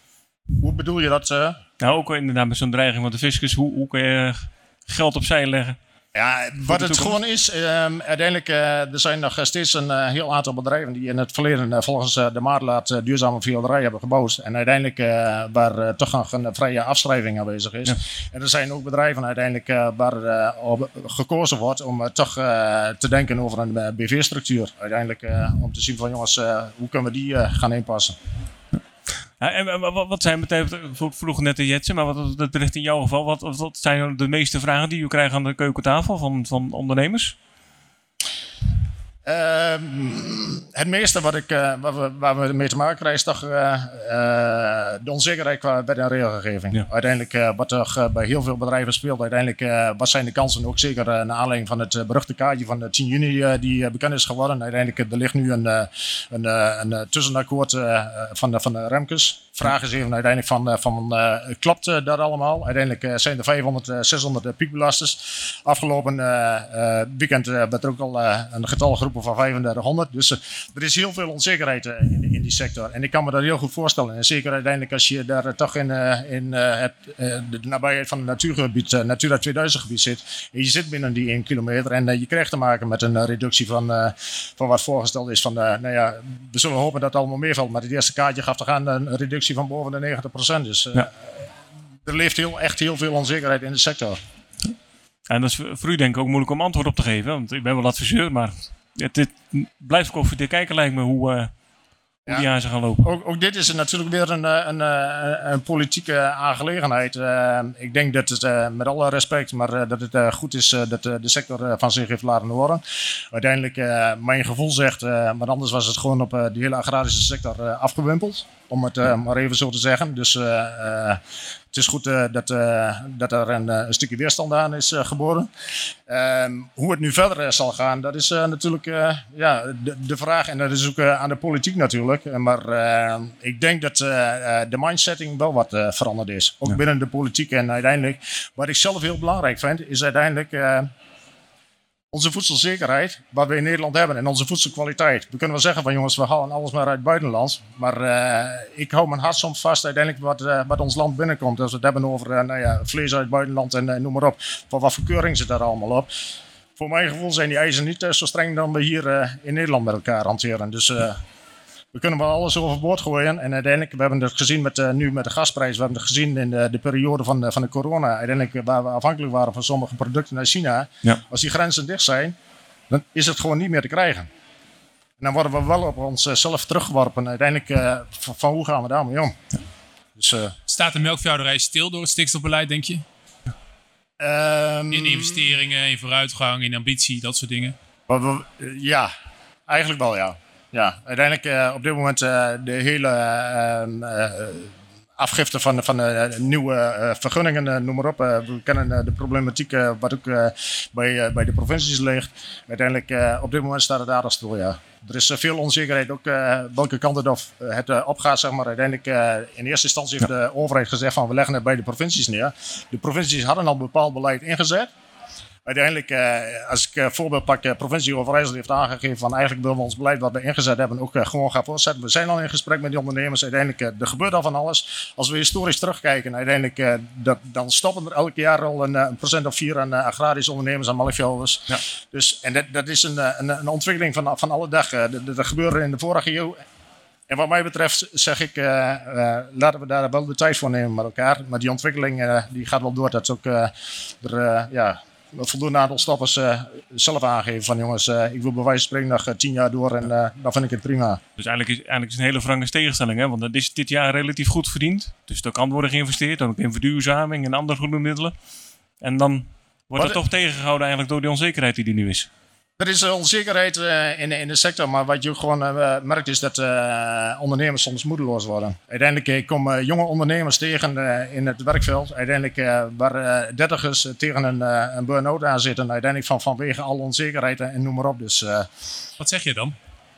Hoe bedoel je dat? Uh? Nou, ook inderdaad met zo'n dreiging van de fiscus. Hoe, hoe kun je geld opzij leggen? Ja, wat het gewoon is, um, uiteindelijk uh, er zijn nog steeds een uh, heel aantal bedrijven die in het verleden uh, volgens uh, de maatlaat uh, duurzame veehouderij hebben gebouwd. En uiteindelijk uh, waar uh, toch nog een vrije afschrijving aanwezig is. Ja. En er zijn ook bedrijven uiteindelijk uh, waar uh, op gekozen wordt om uh, toch uh, te denken over een uh, B V-structuur. Uiteindelijk uh, om te zien van jongens, uh, hoe kunnen we die uh, gaan inpassen. Ja, en wat zijn betekent, vroeg net de Jetsen, maar wat dat betreft in jouw geval, wat, wat zijn de meeste vragen die u krijgt aan de keukentafel van, van ondernemers? Uh, het meeste wat ik, uh, waar, we, waar we mee te maken krijgen is toch uh, uh, de onzekerheid qua wet en regelgeving. Ja. Uiteindelijk uh, wat er uh, bij heel veel bedrijven speelt, uiteindelijk uh, wat zijn de kansen, ook zeker uh, naar aanleiding van het uh, beruchte kaartje van tien juni uh, die uh, bekend is geworden. Uiteindelijk uh, er ligt nu een, uh, een, uh, een uh, tussenakkoord uh, van, uh, van de Remkes. Vraag is even uiteindelijk van, uh, van uh, klopt uh, dat allemaal? Uiteindelijk uh, zijn er vijfhonderd, uh, zeshonderd uh, piekbelasters. Afgelopen uh, uh, weekend uh, werd er ook al uh, een getal geroepen van vijfendertighonderd. Dus uh, er is heel veel onzekerheid uh, in, in die sector. En ik kan me dat heel goed voorstellen. En zeker uiteindelijk als je daar uh, toch in, uh, in uh, het, uh, de nabijheid van het natuurgebied, uh, Natura tweeduizend gebied zit. En je zit binnen die één kilometer en uh, je krijgt te maken met een uh, reductie van, uh, van wat voorgesteld is. Van, uh, nou ja, we zullen hopen dat het allemaal meevalt. Maar het eerste kaartje gaf toch aan een reductie van boven de negentig procent. Dus uh, ja. er leeft heel, echt heel veel onzekerheid in de sector. En dat is voor u denk ik ook moeilijk om antwoord op te geven. Want ik ben wel adviseur, maar het, het blijft ook voor de kijker lijkt me hoe, uh, hoe die aan zou gaan lopen. Ook, ook dit is natuurlijk weer een, een, een, een politieke aangelegenheid. Uh, ik denk dat het, uh, met alle respect, maar uh, dat het uh, goed is uh, dat uh, de sector uh, van zich heeft laten horen. Uiteindelijk, uh, mijn gevoel zegt, uh, maar anders was het gewoon op uh, de hele agrarische sector uh, afgewimpeld. Om het uh, maar even zo te zeggen. Dus uh, uh, het is goed uh, dat, uh, dat er een, een stukje weerstand aan is uh, geboren. Uh, hoe het nu verder uh, zal gaan, dat is uh, natuurlijk uh, ja, de, de vraag. En dat is ook uh, aan de politiek natuurlijk. Maar uh, ik denk dat uh, uh, de mindsetting wel wat uh, veranderd is. Ook ja. binnen de politiek. En uiteindelijk, wat ik zelf heel belangrijk vind, is uiteindelijk... Uh, Onze voedselzekerheid, wat we in Nederland hebben, en onze voedselkwaliteit. We kunnen wel zeggen van jongens, we halen alles maar uit het buitenland. Maar uh, ik hou mijn hart soms vast uiteindelijk wat, uh, wat ons land binnenkomt. Als we het hebben over uh, nou ja, vlees uit het buitenland en uh, noem maar op. Voor wat voor keuring zit daar allemaal op. Voor mijn gevoel zijn die eisen niet uh, zo streng dan we hier uh, in Nederland met elkaar hanteren. Dus... Uh, We kunnen wel alles overboord gooien. En uiteindelijk, we hebben het gezien met, uh, nu met de gasprijs. We hebben het gezien in de, de periode van de, van de corona. Uiteindelijk, waar we afhankelijk waren van sommige producten uit China. Ja. Als die grenzen dicht zijn, dan is het gewoon niet meer te krijgen. En dan worden we wel op onszelf teruggeworpen. Uiteindelijk, uh, van, van hoe gaan we daarmee om? Ja. Dus, uh, Staat de melkveehouderij stil door het stikstofbeleid, denk je? Um, in investeringen, in vooruitgang, in ambitie, dat soort dingen? We, uh, ja, eigenlijk wel ja. Ja, uiteindelijk uh, op dit moment uh, de hele uh, uh, afgifte van, van uh, nieuwe uh, vergunningen, uh, noem maar op. Uh, we kennen uh, de problematiek uh, wat ook uh, bij, uh, bij de provincies ligt. Uiteindelijk uh, op dit moment staat het aardig stil, ja. Er is uh, veel onzekerheid, ook uh, welke kant het, of, uh, het uh, opgaat, zeg maar. Uiteindelijk, uh, in eerste instantie heeft de overheid gezegd van we leggen het bij de provincies neer. De provincies hadden al bepaald beleid ingezet. Uiteindelijk, uh, als ik een uh, voorbeeld pak, de uh, provincie Overijssel heeft aangegeven van eigenlijk willen we ons beleid wat we ingezet hebben ook uh, gewoon gaan voortzetten. We zijn al in gesprek met die ondernemers. Uiteindelijk, uh, er gebeurt al van alles. Als we historisch terugkijken, uiteindelijk, uh, dat, dan stoppen er elk jaar al een, een procent of vier aan uh, agrarische ondernemers en melkveehouders. Ja. Dus, en dat, dat is een, een, een ontwikkeling van, van alle dag. Uh, dat, dat gebeurde in de vorige eeuw. En wat mij betreft zeg ik, uh, uh, laten we daar wel de tijd voor nemen met elkaar. Maar die ontwikkeling uh, die gaat wel door. Dat is ook uh, er, uh, ja... een voldoende aantal stappers uh, zelf aangeven van jongens, uh, ik wil bij wijze van spreken nog uh, tien jaar door en uh, dan vind ik het prima. Dus eigenlijk is, eigenlijk is het een hele franke tegenstelling, hè? Want dat is dit jaar relatief goed verdiend. Dus er kan worden geïnvesteerd, dan ook in verduurzaming en andere goede middelen. En dan wordt het toch tegengehouden eigenlijk door die onzekerheid die er nu is. Er is onzekerheid uh, in, in de sector, maar wat je ook gewoon uh, merkt is dat uh, ondernemers soms moedeloos worden. Uiteindelijk uh, komen uh, jonge ondernemers tegen uh, in het werkveld. Uiteindelijk uh, waar uh, dertigers uh, tegen een, uh, een burn-out aan zitten. Uiteindelijk van, vanwege alle onzekerheid en noem maar op. Dus, uh, wat zeg je dan?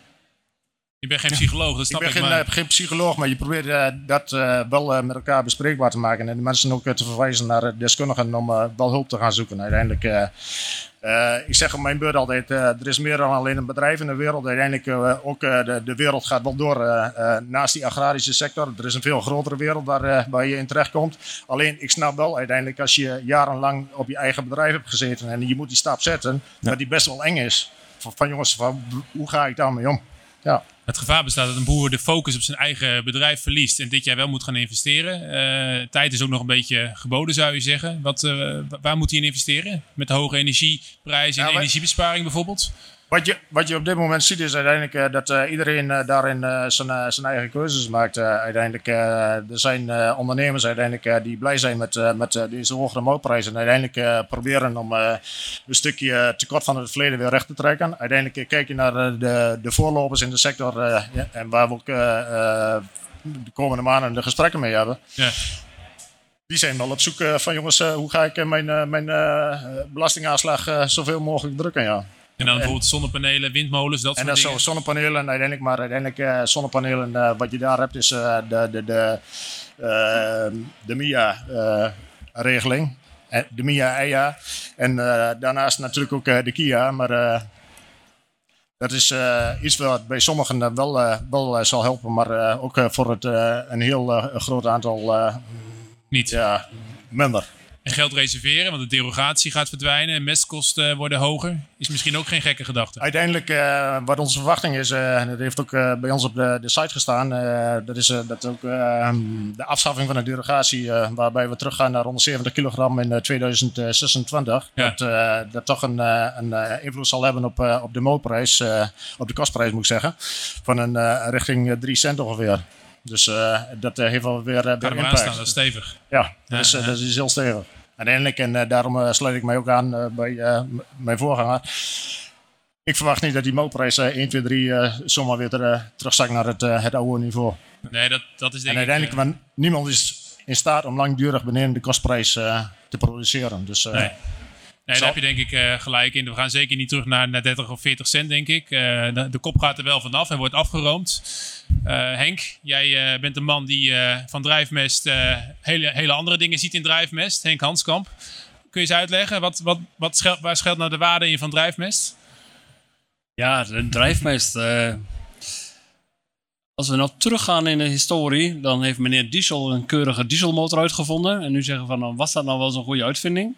Je bent geen psycholoog, dat snap ik. Ik ben ik geen, maar... geen psycholoog, maar je probeert uh, dat uh, wel uh, met elkaar bespreekbaar te maken. En de mensen ook uh, te verwijzen naar uh, deskundigen om uh, wel hulp te gaan zoeken. Uiteindelijk, uh, uh, ik zeg op mijn beurt altijd, uh, er is meer dan alleen een bedrijf in de wereld. Uiteindelijk uh, ook uh, de, de wereld gaat wel door uh, uh, naast die agrarische sector. Er is een veel grotere wereld waar, uh, waar je in terecht komt. Alleen, ik snap wel uiteindelijk als je jarenlang op je eigen bedrijf hebt gezeten en je moet die stap zetten, ja. dat die best wel eng is. Van, van jongens, van, hoe ga ik daarmee om? Ja. Het gevaar bestaat dat een boer de focus op zijn eigen bedrijf verliest en dit jaar wel moet gaan investeren. Uh, tijd is ook nog een beetje geboden, zou je zeggen. Wat, uh, waar moet hij in investeren? Met de hoge energieprijzen en ja, energiebesparing bijvoorbeeld? Wat je, wat je op dit moment ziet is uiteindelijk uh, dat uh, iedereen uh, daarin uh, zijn, uh, zijn eigen keuzes maakt. Uh, uiteindelijk, uh, er zijn uh, ondernemers uiteindelijk, uh, die blij zijn met, uh, met uh, deze hogere melkprijzen. En uiteindelijk uh, proberen om uh, een stukje tekort van het verleden weer recht te trekken. Uiteindelijk uh, kijk je naar uh, de, de voorlopers in de sector uh, ja, en waar we ook uh, uh, de komende maanden de gesprekken mee hebben. Ja. Die zijn wel op zoek uh, van jongens, uh, hoe ga ik uh, mijn, uh, mijn uh, belastingaanslag uh, zoveel mogelijk drukken, ja. En dan bijvoorbeeld zonnepanelen, windmolens, dat soort en dingen? En zonnepanelen, uiteindelijk, maar uiteindelijk uh, zonnepanelen, uh, wat je daar hebt is uh, de, de, de, uh, de M I A-regeling. Uh, de M I A-E I A. En uh, daarnaast natuurlijk ook uh, de K I A. Maar uh, dat is uh, iets wat bij sommigen uh, wel, uh, wel uh, zal helpen. Maar uh, ook uh, voor het, uh, een heel uh, groot aantal uh, niet. Ja, minder. En geld reserveren, want de derogatie gaat verdwijnen en mestkosten worden hoger. Is misschien ook geen gekke gedachte. Uiteindelijk, uh, wat onze verwachting is, uh, en dat heeft ook uh, bij ons op de, de site gestaan, uh, dat is uh, dat ook uh, de afschaffing van de derogatie, uh, waarbij we teruggaan naar honderdzeventig kilogram in uh, tweeduizend zesentwintig. Ja. Dat, uh, dat toch een, uh, een uh, invloed zal hebben op, uh, op de molprijs, uh, op de kostprijs moet ik zeggen, van een uh, richting drie cent ongeveer. Dus uh, dat uh, heeft wel weer, uh, weer Kan er maar impact. aan staan, dat is stevig. Ja, dat, Ja, is, uh, ja. dat is heel stevig. Uiteindelijk, en uh, daarom uh, sluit ik mij ook aan uh, bij uh, m- mijn voorganger. Ik verwacht niet dat die molprijs uh, één, twee, drie uh, zomaar weer ter, uh, terugzakt naar het, uh, het oude niveau. Nee, dat, dat is denk En ik... uiteindelijk, eh, want niemand is in staat om langdurig beneden de kostprijs uh, te produceren. Dus, uh, Nee. Nee, Zal- daar heb je denk ik uh, gelijk in. We gaan zeker niet terug naar, naar dertig of veertig cent, denk ik. Uh, de, de kop gaat er wel vanaf en wordt afgeroomd. Uh, Henk, jij uh, bent een man die uh, van drijfmest uh, hele, hele andere dingen ziet in drijfmest. Henk Hanskamp. Kun je eens uitleggen, wat, wat, wat schuilt, waar schuilt nou de waarde in van drijfmest? Ja, de drijfmest. Uh, als we nou teruggaan in de historie, dan heeft meneer Diesel een keurige dieselmotor uitgevonden. En nu zeggen we van, nou, was dat nou wel zo'n goede uitvinding?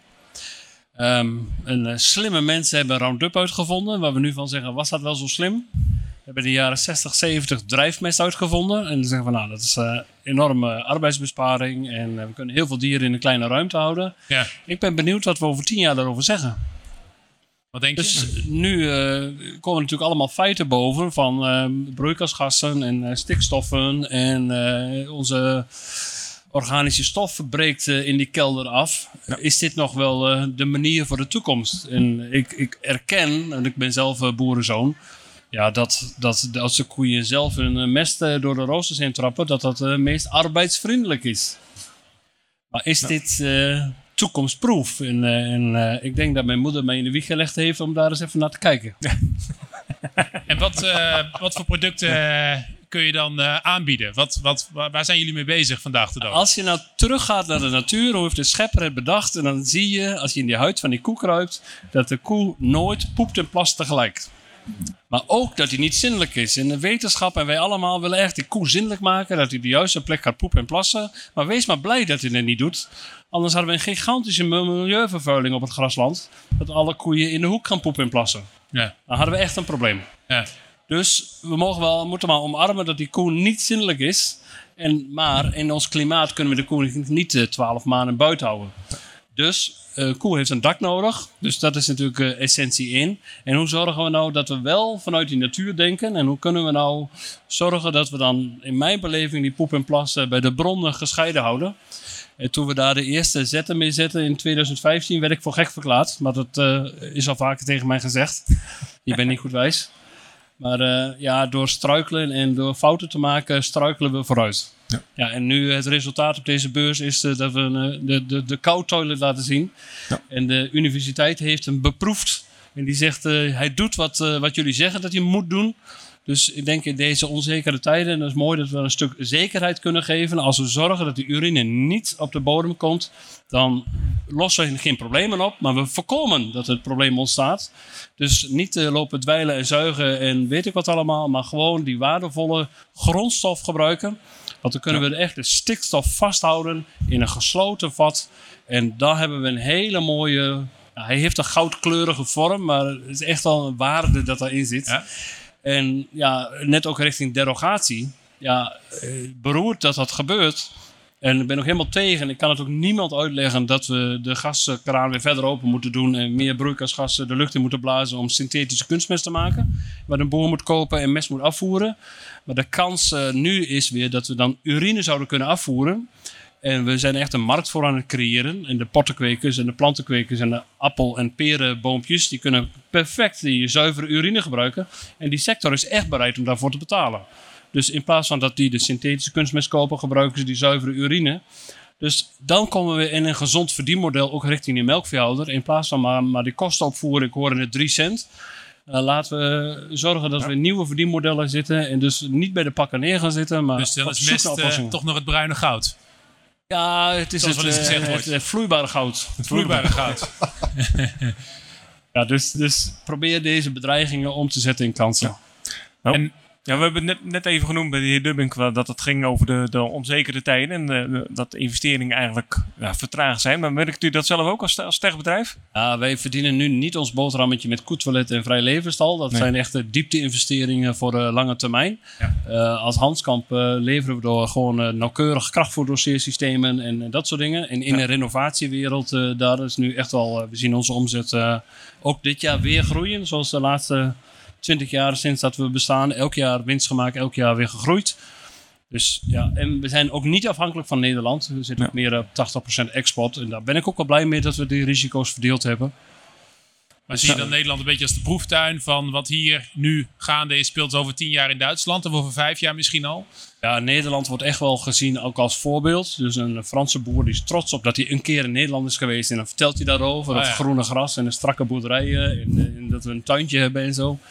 Um, een uh, slimme mensen hebben Roundup uitgevonden, waar we nu van zeggen, was dat wel zo slim? We hebben in de jaren zestig, zeventig drijfmest uitgevonden. En dan zeggen we van, nou, dat is uh, enorme arbeidsbesparing. En uh, we kunnen heel veel dieren in een kleine ruimte houden. Ja, Ik ben benieuwd wat we over tien jaar daarover zeggen. wat denk je? Dus nu uh, komen natuurlijk allemaal feiten boven van uh, broeikasgassen en uh, stikstoffen en uh, onze organische stof breekt uh, in die kelder af. Ja. Is dit nog wel uh, de manier voor de toekomst? En ik, ik erken, en ik ben zelf uh, boerenzoon, ja, dat, dat als de koeien zelf hun uh, mest uh, door de roosters heen trappen, dat dat uh, meest arbeidsvriendelijk is. Maar is dit uh, toekomstproof? En, uh, en uh, ik denk dat mijn moeder mij in de wieg gelegd heeft om daar eens even naar te kijken. En wat, uh, wat voor producten uh, kun je dan uh, aanbieden? Wat, wat, waar, waar zijn jullie mee bezig vandaag de dag? Als je nou teruggaat naar de natuur, hoe heeft de schepper het bedacht? En dan zie je, als je in die huid van die koe kruipt, dat de koe nooit poept en plast tegelijk. Maar ook dat hij niet zinnelijk is. In de wetenschap en wij allemaal willen echt die koe zinnelijk maken, dat hij op de juiste plek gaat poepen en plassen. Maar wees maar blij dat hij het niet doet. Anders hadden we een gigantische milieuvervuiling op het grasland. Dat alle koeien in de hoek gaan poepen en plassen. Ja, Dan hadden we echt een probleem. ja. Dus we mogen wel, moeten maar omarmen dat die koe niet zinnelijk is. En, maar in ons klimaat kunnen we de koe niet uh, twaalf maanden buiten houden. Dus uh, koe heeft een dak nodig. Dus dat is natuurlijk uh, essentie één. En hoe zorgen we nou dat we wel vanuit die natuur denken? En hoe kunnen we nou zorgen dat we dan in mijn beleving die poep en plas uh, bij de bronnen gescheiden houden? En toen we daar de eerste zetten mee zetten in twintig vijftien werd ik voor gek verklaard. Maar dat uh, is al vaker tegen mij gezegd. Je bent niet goed wijs. Maar uh, ja, door struikelen en door fouten te maken, struikelen we vooruit. Ja. Ja, en nu het resultaat op deze beurs is uh, dat we uh, de, de, de koudtoilet laten zien. Ja. En de universiteit heeft hem beproefd. En die zegt, uh, hij doet wat, uh, wat jullie zeggen dat hij moet doen. Dus ik denk in deze onzekere tijden, en dat is mooi dat we een stuk zekerheid kunnen geven. Als we zorgen dat de urine niet op de bodem komt, dan lossen we geen problemen op. Maar we voorkomen dat het probleem ontstaat. Dus niet uh, lopen dweilen en zuigen en weet ik wat allemaal. Maar gewoon die waardevolle grondstof gebruiken. Want dan kunnen we echt de stikstof vasthouden in een gesloten vat. En dan hebben we een hele mooie... Nou, hij heeft een goudkleurige vorm, maar het is echt wel een waarde dat daarin zit. Ja. En ja, net ook richting derogatie. Ja, eh, beroerd dat dat gebeurt. En ik ben ook helemaal tegen. Ik kan het ook niemand uitleggen dat we de gaskraan weer verder open moeten doen. En meer broeikasgassen de lucht in moeten blazen om synthetische kunstmest te maken. Wat een boer moet kopen en mest moet afvoeren. Maar de kans uh, nu is weer dat we dan urine zouden kunnen afvoeren. En we zijn echt een markt voor aan het creëren. En de pottenkwekers en de plantenkwekers en de appel- en perenboompjes, die kunnen perfect die zuivere urine gebruiken. En die sector is echt bereid om daarvoor te betalen. Dus in plaats van dat die de synthetische kunstmest kopen, gebruiken ze die zuivere urine. Dus dan komen we in een gezond verdienmodel ook richting die melkveehouder. In plaats van maar, maar die kosten opvoeren, ik hoor in het drie cent. Uh, laten we zorgen dat we in nieuwe verdienmodellen zitten. En dus niet bij de pakken neer gaan zitten, maar Dus dan op is zoek mest naar uh, oplossingen. toch nog het bruine goud. Ja, het is Zoals het, wel eens uh, gezegd het wordt. uh, vloeibare goud. Het vloeibare goud. Ja, dus, dus probeer deze bedreigingen om te zetten in kansen. Nou, En Ja, we hebben net, net even genoemd bij de heer Dubbink dat het ging over de, de onzekere tijden en de, de, dat investeringen eigenlijk ja, vertraagd zijn. Maar merkt u dat zelf ook als, als techbedrijf? Ja, wij verdienen nu niet ons boterhammetje met koettoilet en vrij levenstal. Dat nee. zijn echte diepte-investeringen voor de lange termijn. Ja. Uh, als Hanskamp uh, leveren we door gewoon uh, nauwkeurig krachtvoordoseersystemen en uh, dat soort dingen. En in ja. de renovatiewereld, uh, daar is nu echt wel, uh, we zien onze omzet uh, ook dit jaar weer groeien, zoals de laatste twintig jaar sinds dat we bestaan. Elk jaar winst gemaakt, elk jaar weer gegroeid. Dus ja, en we zijn ook niet afhankelijk van Nederland. We zitten ja. ook meer op tachtig procent export. En daar ben ik ook wel blij mee dat we die risico's verdeeld hebben. Maar zie je dan Nederland een beetje als de proeftuin van wat hier nu gaande is, speelt over tien jaar in Duitsland of over vijf jaar misschien al? Ja, Nederland wordt echt wel gezien ook als voorbeeld. Dus een Franse boer die is trots op dat hij een keer in Nederland is geweest. En dan vertelt hij daarover, oh, het ja. groene gras en de strakke boerderijen. En, en dat we een tuintje hebben en zo.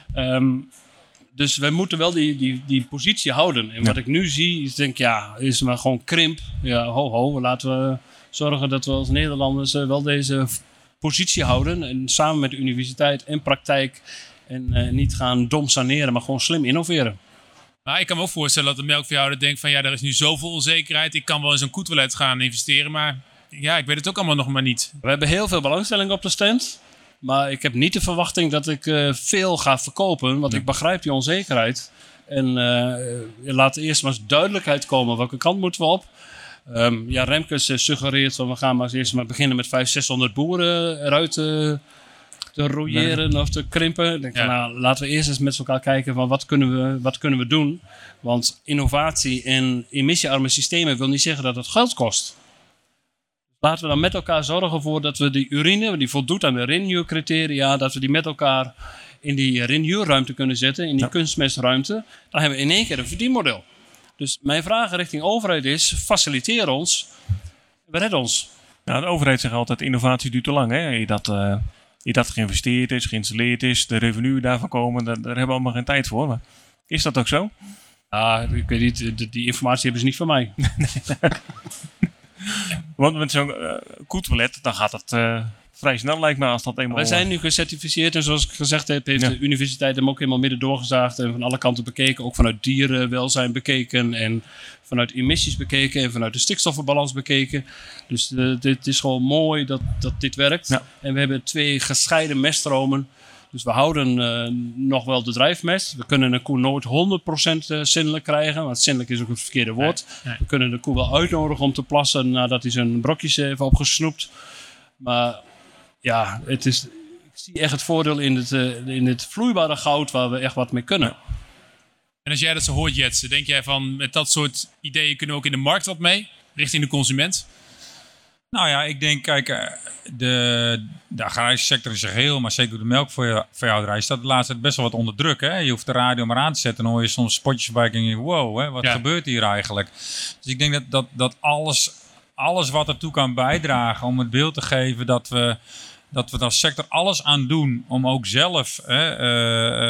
Um, dus wij moeten wel die, die, die positie houden. En ja. wat ik nu zie, is denk ja, is maar gewoon krimp. Ja, ho ho, laten we zorgen dat we als Nederlanders uh, wel deze positie houden. En samen met de universiteit en praktijk. En uh, niet gaan dom saneren, maar gewoon slim innoveren. Maar ik kan me ook voorstellen dat de melkveehouder denkt van ja, er is nu zoveel onzekerheid. Ik kan wel in zo'n koettoilet gaan investeren, maar ja, ik weet het ook allemaal nog maar niet. We hebben heel veel belangstelling op de stand. Maar ik heb niet de verwachting dat ik uh, veel ga verkopen, want ja. ik begrijp die onzekerheid. En uh, laat eerst maar eens duidelijkheid komen. Welke kant moeten we op? Um, ja, Remkes uh, suggereert van we gaan maar eerst maar beginnen met vijfhonderd, zeshonderd boeren eruit uh, te royeren nee. of te krimpen. Ik denk ja. van, nou, laten we eerst eens met elkaar kijken van wat kunnen we, wat kunnen we doen. Want innovatie en emissiearme systemen wil niet zeggen dat het geld kost. Laten we dan met elkaar zorgen voor dat we die urine, die voldoet aan de Renew-criteria, dat we die met elkaar in die Renew-ruimte kunnen zetten, in die ja. kunstmestruimte. Dan hebben we in één keer een verdienmodel. Dus mijn vraag richting overheid is, faciliteer ons, we redden ons. Ja, de overheid zegt altijd, innovatie duurt te lang. Hè? Je dat, uh, je dat geïnvesteerd is, geïnstalleerd is, de revenue daarvan komen, daar, daar hebben we allemaal geen tijd voor. Maar is dat ook zo? Ah, ik weet niet, die, die informatie hebben ze niet van mij. Want met zo'n uh, koettoilet, dan gaat het uh, vrij snel, lijkt me, als dat eenmaal... Wij zijn nu gecertificeerd en zoals ik gezegd heb, heeft ja. de universiteit hem ook helemaal midden doorgezaagd en van alle kanten bekeken. Ook vanuit dierenwelzijn bekeken en vanuit emissies bekeken en vanuit de stikstoffenbalans bekeken. Dus uh, dit is gewoon mooi dat, dat dit werkt. Ja. En we hebben twee gescheiden meststromen. Dus we houden uh, nog wel de drijfmest. We kunnen een koe nooit honderd procent zinnelijk krijgen. Want zinnelijk is ook het verkeerde woord. Nee, nee. We kunnen de koe wel uitnodigen om te plassen nadat hij zijn brokjes heeft opgesnoept. Maar ja, het is, ik zie echt het voordeel in het, uh, in het vloeibare goud waar we echt wat mee kunnen. Ja. En als jij dat zo hoort, Jetsen, denk jij van met dat soort ideeën kunnen we ook in de markt wat mee? Richting de consument? Nou ja, ik denk, kijk, de, de agrarische sector in zijn geheel, maar zeker de melkveehouderij, staat de laatste tijd best wel wat onder druk. Hè? Je hoeft de radio maar aan te zetten en dan hoor je soms spotjes voorbij en denk je, wow, hè, wat ja. gebeurt hier eigenlijk? Dus ik denk dat, dat, dat alles, alles wat ertoe kan bijdragen om het beeld te geven dat we, dat we als sector alles aan doen om ook zelf hè, uh,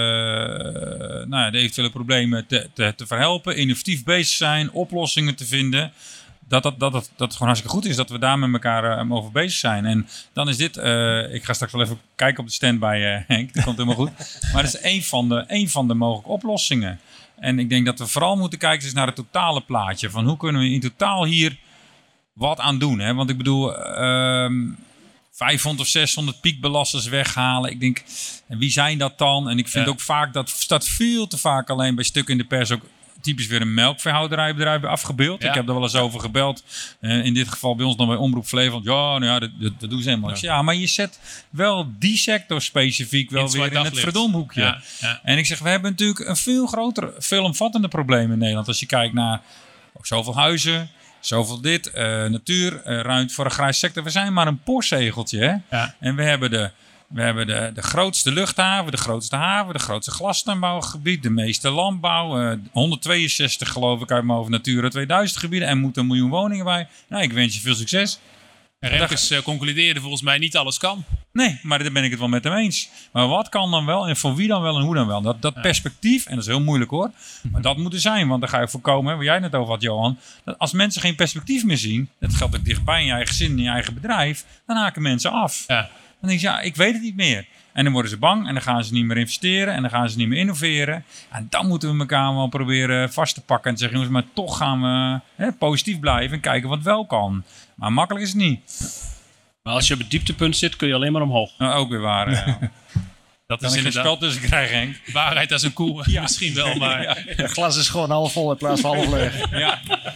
uh, nou ja, de eventuele problemen te, te, te verhelpen, innovatief bezig zijn, oplossingen te vinden. Dat, dat, dat, dat, dat het gewoon hartstikke goed is dat we daar met elkaar uh, over bezig zijn. En dan is dit, uh, ik ga straks wel even kijken op de stand bij uh, Henk, dat komt helemaal goed. Maar dat is één van, de, één van de mogelijke oplossingen. En ik denk dat we vooral moeten kijken dus naar het totale plaatje. Van hoe kunnen we in totaal hier wat aan doen. Hè? Want ik bedoel, uh, vijfhonderd of zeshonderd piekbelasters weghalen. Ik denk, en wie zijn dat dan? En ik vind ja. ook vaak, dat staat veel te vaak alleen bij stukken in de pers ook typisch weer een melkveehouderijbedrijf afgebeeld. Ja. Ik heb er wel eens over gebeld. Uh, in dit geval bij ons dan bij Omroep Flevoland. Ja, nou ja, dat, dat, dat doen ze helemaal. Ja. ja, maar je zet wel die sector specifiek wel in weer in het verdomhoekje. Ja, ja. En ik zeg, we hebben natuurlijk een veel groter, veelomvattende probleem in Nederland. Als je kijkt naar ook zoveel huizen, zoveel dit, uh, natuur, uh, ruimte voor de agrarische sector. We zijn maar een postzegeltje. Hè? Ja. En we hebben de We hebben de, de grootste luchthaven, de grootste haven, de grootste glastuinbouwgebied, de meeste landbouw. Uh, honderdtweeënzestig geloof ik uit mijn hoofd Natura tweeduizend gebieden en moeten een miljoen woningen bij. Nou, ik wens je veel succes. En Remkes uh, concludeerde volgens mij niet alles kan. Nee, maar daar ben ik het wel met hem eens. Maar wat kan dan wel en voor wie dan wel en hoe dan wel? Dat, dat ja. perspectief, en dat is heel moeilijk hoor, maar dat moet er zijn. Want dan ga je voorkomen, waar jij het net over had Johan, dat als mensen geen perspectief meer zien, dat geldt ook dichtbij in je eigen gezin, in je eigen bedrijf, dan haken mensen af. Ja. Dan denk je, ja, ik weet het niet meer. En dan worden ze bang en dan gaan ze niet meer investeren en dan gaan ze niet meer innoveren. En dan moeten we elkaar wel proberen vast te pakken en te zeggen, jongens, maar toch gaan we hè, positief blijven en kijken wat wel kan. Maar makkelijk is het niet. Maar als je op het dieptepunt zit, kun je alleen maar omhoog. Nou, ook weer waar. Ja. Dat Dan is is geen inderdaad spel tussen krijgen, Henk. waarheid als een koe. Ja. Misschien wel, maar... Ja. Het glas is gewoon half vol in plaats van half leeg. Ja.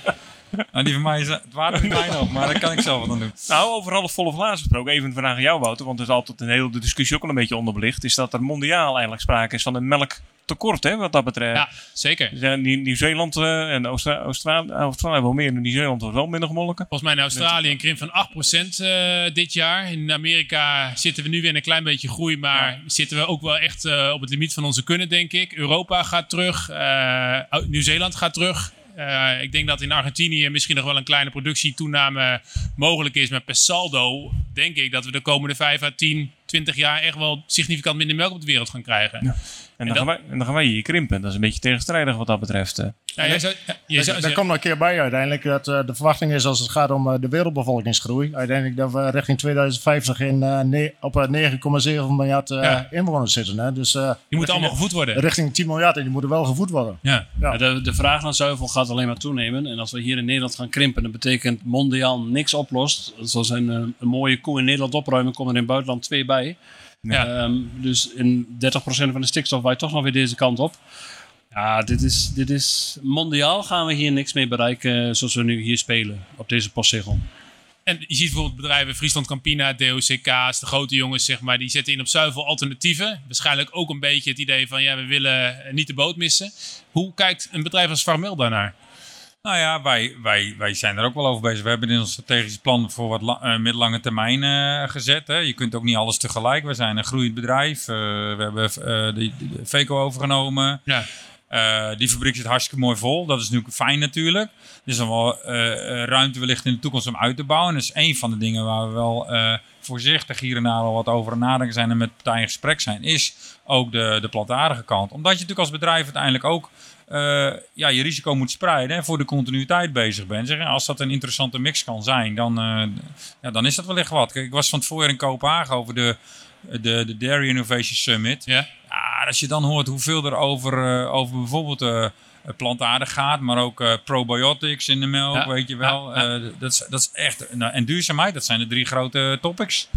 Nou, die van mij is het water niet mij nog, maar daar kan ik zelf wat aan doen. Nou, over half volle glazen gesproken. Even een vraag aan jou, Wouter. Want er is altijd een hele de discussie ook al een beetje onderbelicht. Is dat er mondiaal eigenlijk sprake is van een melktekort, hè, wat dat betreft. Ja, zeker. Dus, eh, Nieuw- Nieuw-Zeeland uh, en Austra- Australië, Australië wel meer. Nieuw-Zeeland wordt wel minder gemolken. Volgens mij in Australië een krimp van acht procent uh, dit jaar. In Amerika zitten we nu weer in een klein beetje groei. Maar ja. zitten we ook wel echt uh, op het limiet van onze kunnen, denk ik. Europa gaat terug. Uh, Nieuw-Zeeland gaat terug. Uh, ik denk dat in Argentinië misschien nog wel een kleine productietoename mogelijk is. Maar per saldo denk ik dat we de komende vijf à tien, twintig jaar echt wel significant minder melk op de wereld gaan krijgen. Ja. En, En dan, dat- gaan wij, en dan gaan wij hier krimpen. Dat is een beetje tegenstrijdig wat dat betreft. eh. Ja, jij zou, ja, jij zou, Er komt nog een keer bij uiteindelijk dat uh, de verwachting is als het gaat om uh, de wereldbevolkingsgroei. Uiteindelijk dat we richting tweeduizend vijftig in, uh, ne- op uh, negen komma zeven miljard uh, Ja. inwoners zitten. Hè? Dus uh, die moeten richting- allemaal gevoed worden. richting tien miljard en die moeten wel gevoed worden. Ja. Ja. Maar De, de vraag naar zuivel gaat alleen maar toenemen. En als we hier in Nederland gaan krimpen, dat betekent mondiaal niks oplost. Zoals een, een mooie koe in Nederland opruimen, komen er in het buitenland twee bij. Ja. Ehm, dus in dertig procent van de stikstof waait toch nog weer deze kant op. Ja, dit is, dit is mondiaal gaan we hier niks mee bereiken zoals we nu hier spelen op deze postzegel. En je ziet bijvoorbeeld bedrijven, Friesland Campina, D O C K's, de grote jongens, zeg maar, die zetten in op zuivel alternatieven. Waarschijnlijk ook een beetje het idee van, ja, we willen niet de boot missen. Hoe kijkt een bedrijf als Farmel daarnaar? Nou ja, wij, wij, wij zijn er ook wel over bezig. We hebben in ons strategisch plan voor wat la- uh, middellange termijn uh, gezet. Hè. Je kunt ook niet alles tegelijk. We zijn een groeiend bedrijf. Uh, we hebben uh, de, de Veco overgenomen. Ja. Uh, die fabriek zit hartstikke mooi vol. Dat is nu fijn natuurlijk. Er is dan wel uh, uh, ruimte wellicht in de toekomst om uit te bouwen. En dat is een van de dingen waar we wel uh, voorzichtig hier en daar al wat over aan nadenken zijn en met partijen in gesprek zijn. Is ook de, de plantaardige kant. Omdat je natuurlijk als bedrijf uiteindelijk ook uh, ja, je risico moet spreiden en voor de continuïteit bezig bent. Zeg, als dat een interessante mix kan zijn, dan, uh, ja, dan is dat wellicht wat. Kijk, ik was van het voorjaar in Kopenhagen over de, de, de Dairy Innovation Summit. Ja. Ja, als je dan hoort hoeveel er over, uh, over bijvoorbeeld uh, plantaardig gaat, maar ook uh, probiotics in de melk, Ja. weet je wel. Ja, ja. Uh, dat, is, dat is echt, nou, en duurzaamheid, dat zijn de drie grote topics.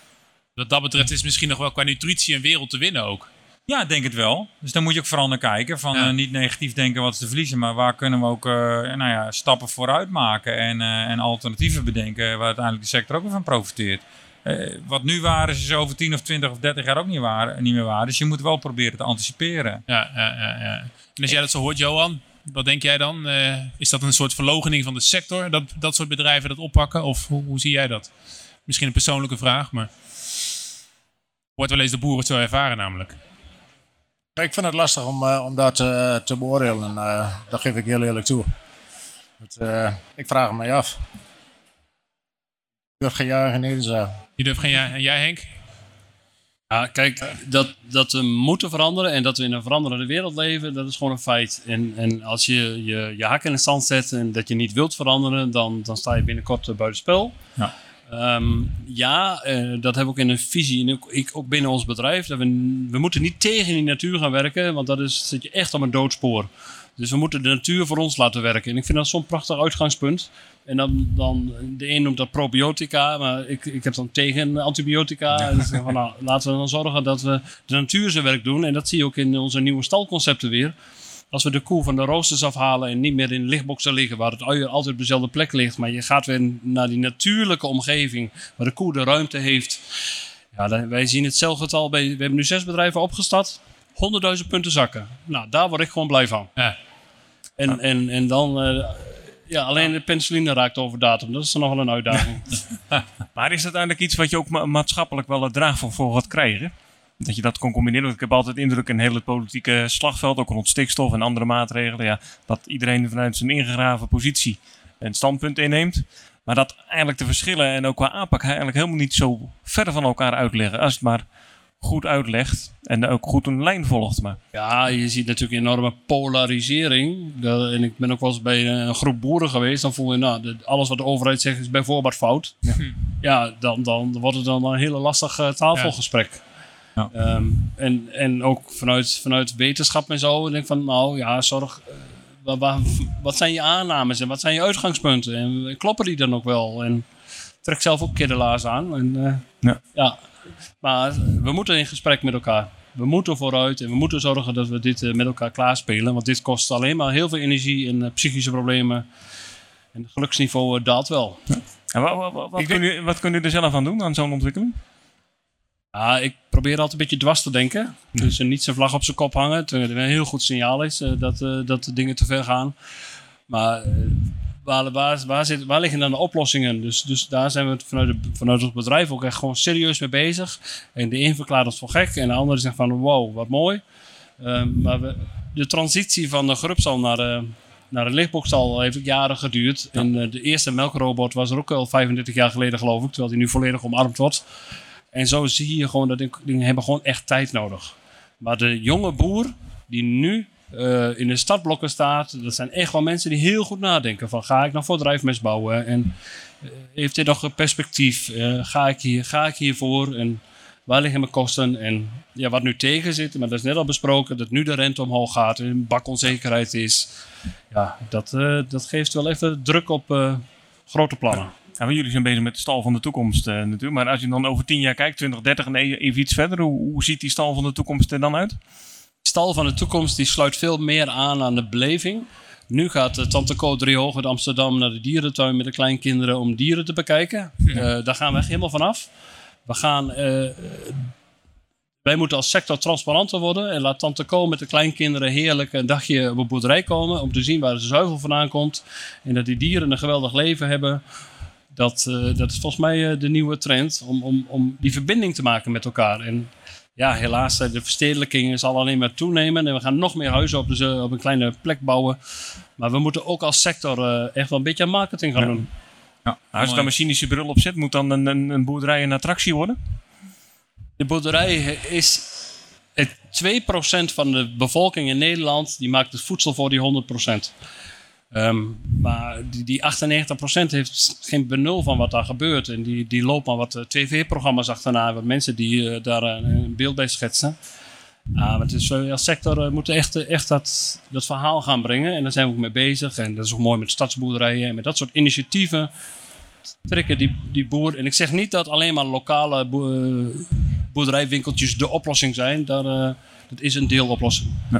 Wat dat betreft is misschien nog wel qua nutritie een wereld te winnen ook. Ja, ik denk het wel. Dus dan moet je ook vooral naar kijken. Van Ja. uh, niet negatief denken wat is te verliezen, maar waar kunnen we ook uh, nou ja, stappen vooruit maken en, uh, en alternatieven bedenken waar uiteindelijk de sector ook weer van profiteert. Uh, wat nu waar is, is over tien of twintig of dertig jaar ook niet, waar, niet meer waar. Dus je moet wel proberen te anticiperen. Ja, ja, ja, ja. En als jij dat zo hoort, Johan, wat denk jij dan? Uh, is dat een soort verlogening van de sector, dat, dat soort bedrijven dat oppakken? Of hoe, hoe zie jij dat? Misschien een persoonlijke vraag, maar wordt wel eens de boeren het zo ervaren namelijk. Ik vind het lastig om, uh, om dat uh, te beoordelen. Uh, dat geef ik heel eerlijk toe. Het, uh, ik vraag het mij af. Ik durf geen jaar geleden zeggen. Je durft geen ja. En jij, Henk? Ja, kijk, dat, dat we moeten veranderen en dat we in een veranderende wereld leven, dat is gewoon een feit. En, en als je, je je hak in de zand zet en dat je niet wilt veranderen, dan, dan sta je binnenkort uh, buitenspel. Ja. Um, ja, uh, dat hebben we ook in een visie en ook, ik, ook binnen ons bedrijf. Dat we, we moeten niet tegen die natuur gaan werken, want dat is, zit je echt op een doodspoor. Dus we moeten de natuur voor ons laten werken. En ik vind dat zo'n prachtig uitgangspunt. En dan, dan de een noemt dat probiotica, maar ik, ik heb dan tegen antibiotica. Ja. En dan van, nou, laten we dan zorgen dat we de natuur zijn werk doen. En dat zie je ook in onze nieuwe stalconcepten weer. Als we de koe van de roosters afhalen en niet meer in lichtboxen liggen, waar het uier altijd op dezelfde plek ligt, maar je gaat weer naar die natuurlijke omgeving, waar de koe de ruimte heeft. Ja, dan, wij zien het celgetal, bij, we hebben nu zes bedrijven opgestart, honderdduizend punten zakken. Nou, daar word ik gewoon blij van. Ja. En, ja. en, en dan, uh, ja, alleen de penicilline raakt over datum, dat is dan nog wel een uitdaging. Maar is dat eigenlijk iets wat je ook ma- maatschappelijk wel het draagvlak voor gaat krijgen? Dat je dat kon combineren. Want ik heb altijd de indruk in het hele politieke slagveld, ook rond stikstof en andere maatregelen, ja, dat iedereen vanuit zijn ingegraven positie een standpunt inneemt. Maar dat eigenlijk de verschillen en ook qua aanpak eigenlijk helemaal niet zo ver van elkaar uitliggen. Als het maar goed uitlegt en ook goed een lijn volgt. Maar. Ja, je ziet natuurlijk een enorme polarisering. Dat, en ik ben ook wel eens bij een groep boeren geweest. Dan voel je, nou, de, alles wat de overheid zegt is bijvoorbeeld fout. Ja, ja dan, dan wordt het dan een hele lastig uh, tafelgesprek. Ja. Ja. Um, en, en ook vanuit, vanuit wetenschap en zo. Denk ik van, nou ja, zorg... Uh, wat, wat, wat zijn je aannames en wat zijn je uitgangspunten? En kloppen die dan ook wel? En trek zelf ook kiddelaars aan. En, uh, ja. ja. Maar we moeten in gesprek met elkaar. We moeten vooruit en we moeten zorgen dat we dit uh, met elkaar klaarspelen. Want dit kost alleen maar heel veel energie en uh, psychische problemen. En het geluksniveau uh, daalt wel. Ja. En wat, wat, wat, wat, kun u, wat kun u er zelf aan doen, aan zo'n ontwikkeling? Ja, ik probeer altijd een beetje dwars te denken. Ja. Dus uh, niet zijn vlag op zijn kop hangen. Het een heel goed signaal is uh, dat, uh, dat de dingen te ver gaan. Maar... Uh, Waar, waar, waar, zit, waar liggen dan de oplossingen? Dus, dus daar zijn we vanuit, de, vanuit het bedrijf ook echt gewoon serieus mee bezig. En de een verklaart ons voor gek en de andere zegt van wow, wat mooi. Um, maar we, de transitie van de gerupstal naar de, naar de lichtbokstal heeft ook jaren geduurd. Ja. En uh, de eerste melkrobot was er ook al vijfendertig jaar geleden geloof ik. Terwijl die nu volledig omarmd wordt. En zo zie je gewoon dat die dingen hebben gewoon echt tijd nodig. Maar de jonge boer die nu... Uh, in de startblokken staat. Dat zijn echt wel mensen die heel goed nadenken. Van ga ik nog voor drijfmest bouwen? En uh, heeft dit nog een perspectief? Uh, ga, ik hier, ga ik hiervoor? En waar liggen mijn kosten? En ja, wat nu tegen zit, maar dat is net al besproken, dat nu de rente omhoog gaat en een bakonzekerheid is. Ja, dat, uh, dat geeft wel even druk op uh, grote plannen. Ja, maar jullie zijn bezig met de stal van de toekomst uh, natuurlijk. Maar als je dan over tien jaar kijkt, twintig, dertig en even iets verder, hoe, hoe ziet die stal van de toekomst er dan uit? De stal van de toekomst die sluit veel meer aan aan de beleving. Nu gaat uh, Tante Co Driehoog uit Amsterdam naar de dierentuin met de kleinkinderen om dieren te bekijken. Uh, daar gaan we echt helemaal vanaf. We gaan, uh, wij moeten als sector transparanter worden. En laat Tante Co met de kleinkinderen heerlijk een dagje op een boerderij komen. Om te zien waar de zuivel vandaan komt. En dat die dieren een geweldig leven hebben. Dat, uh, dat is volgens mij uh, de nieuwe trend. Om, om, om die verbinding te maken met elkaar. En ja, helaas, de verstedelijking zal alleen maar toenemen. En we gaan nog meer huizen op, de, op een kleine plek bouwen. Maar we moeten ook als sector uh, echt wel een beetje aan marketing gaan ja. doen. Ja. Als je daar machinische bril op zet, moet dan een, een, een boerderij een attractie worden? De boerderij is... Het twee procent van de bevolking in Nederland die maakt het voedsel voor die honderd procent. Um, maar die, die achtennegentig procent heeft geen benul van wat daar gebeurt. En die, die loopt maar wat uh, tv-programma's achterna. Wat mensen die uh, daar uh, een beeld bij schetsen. Uh, maar dus, uh, als sector uh, moeten echt, uh, echt dat, dat verhaal gaan brengen. En daar zijn we ook mee bezig. En dat is ook mooi met stadsboerderijen. En met dat soort initiatieven trekken die, die boer. En ik zeg niet dat alleen maar lokale boer, boerderijwinkeltjes de oplossing zijn. Daar, uh, dat is een deeloplossing. Ja.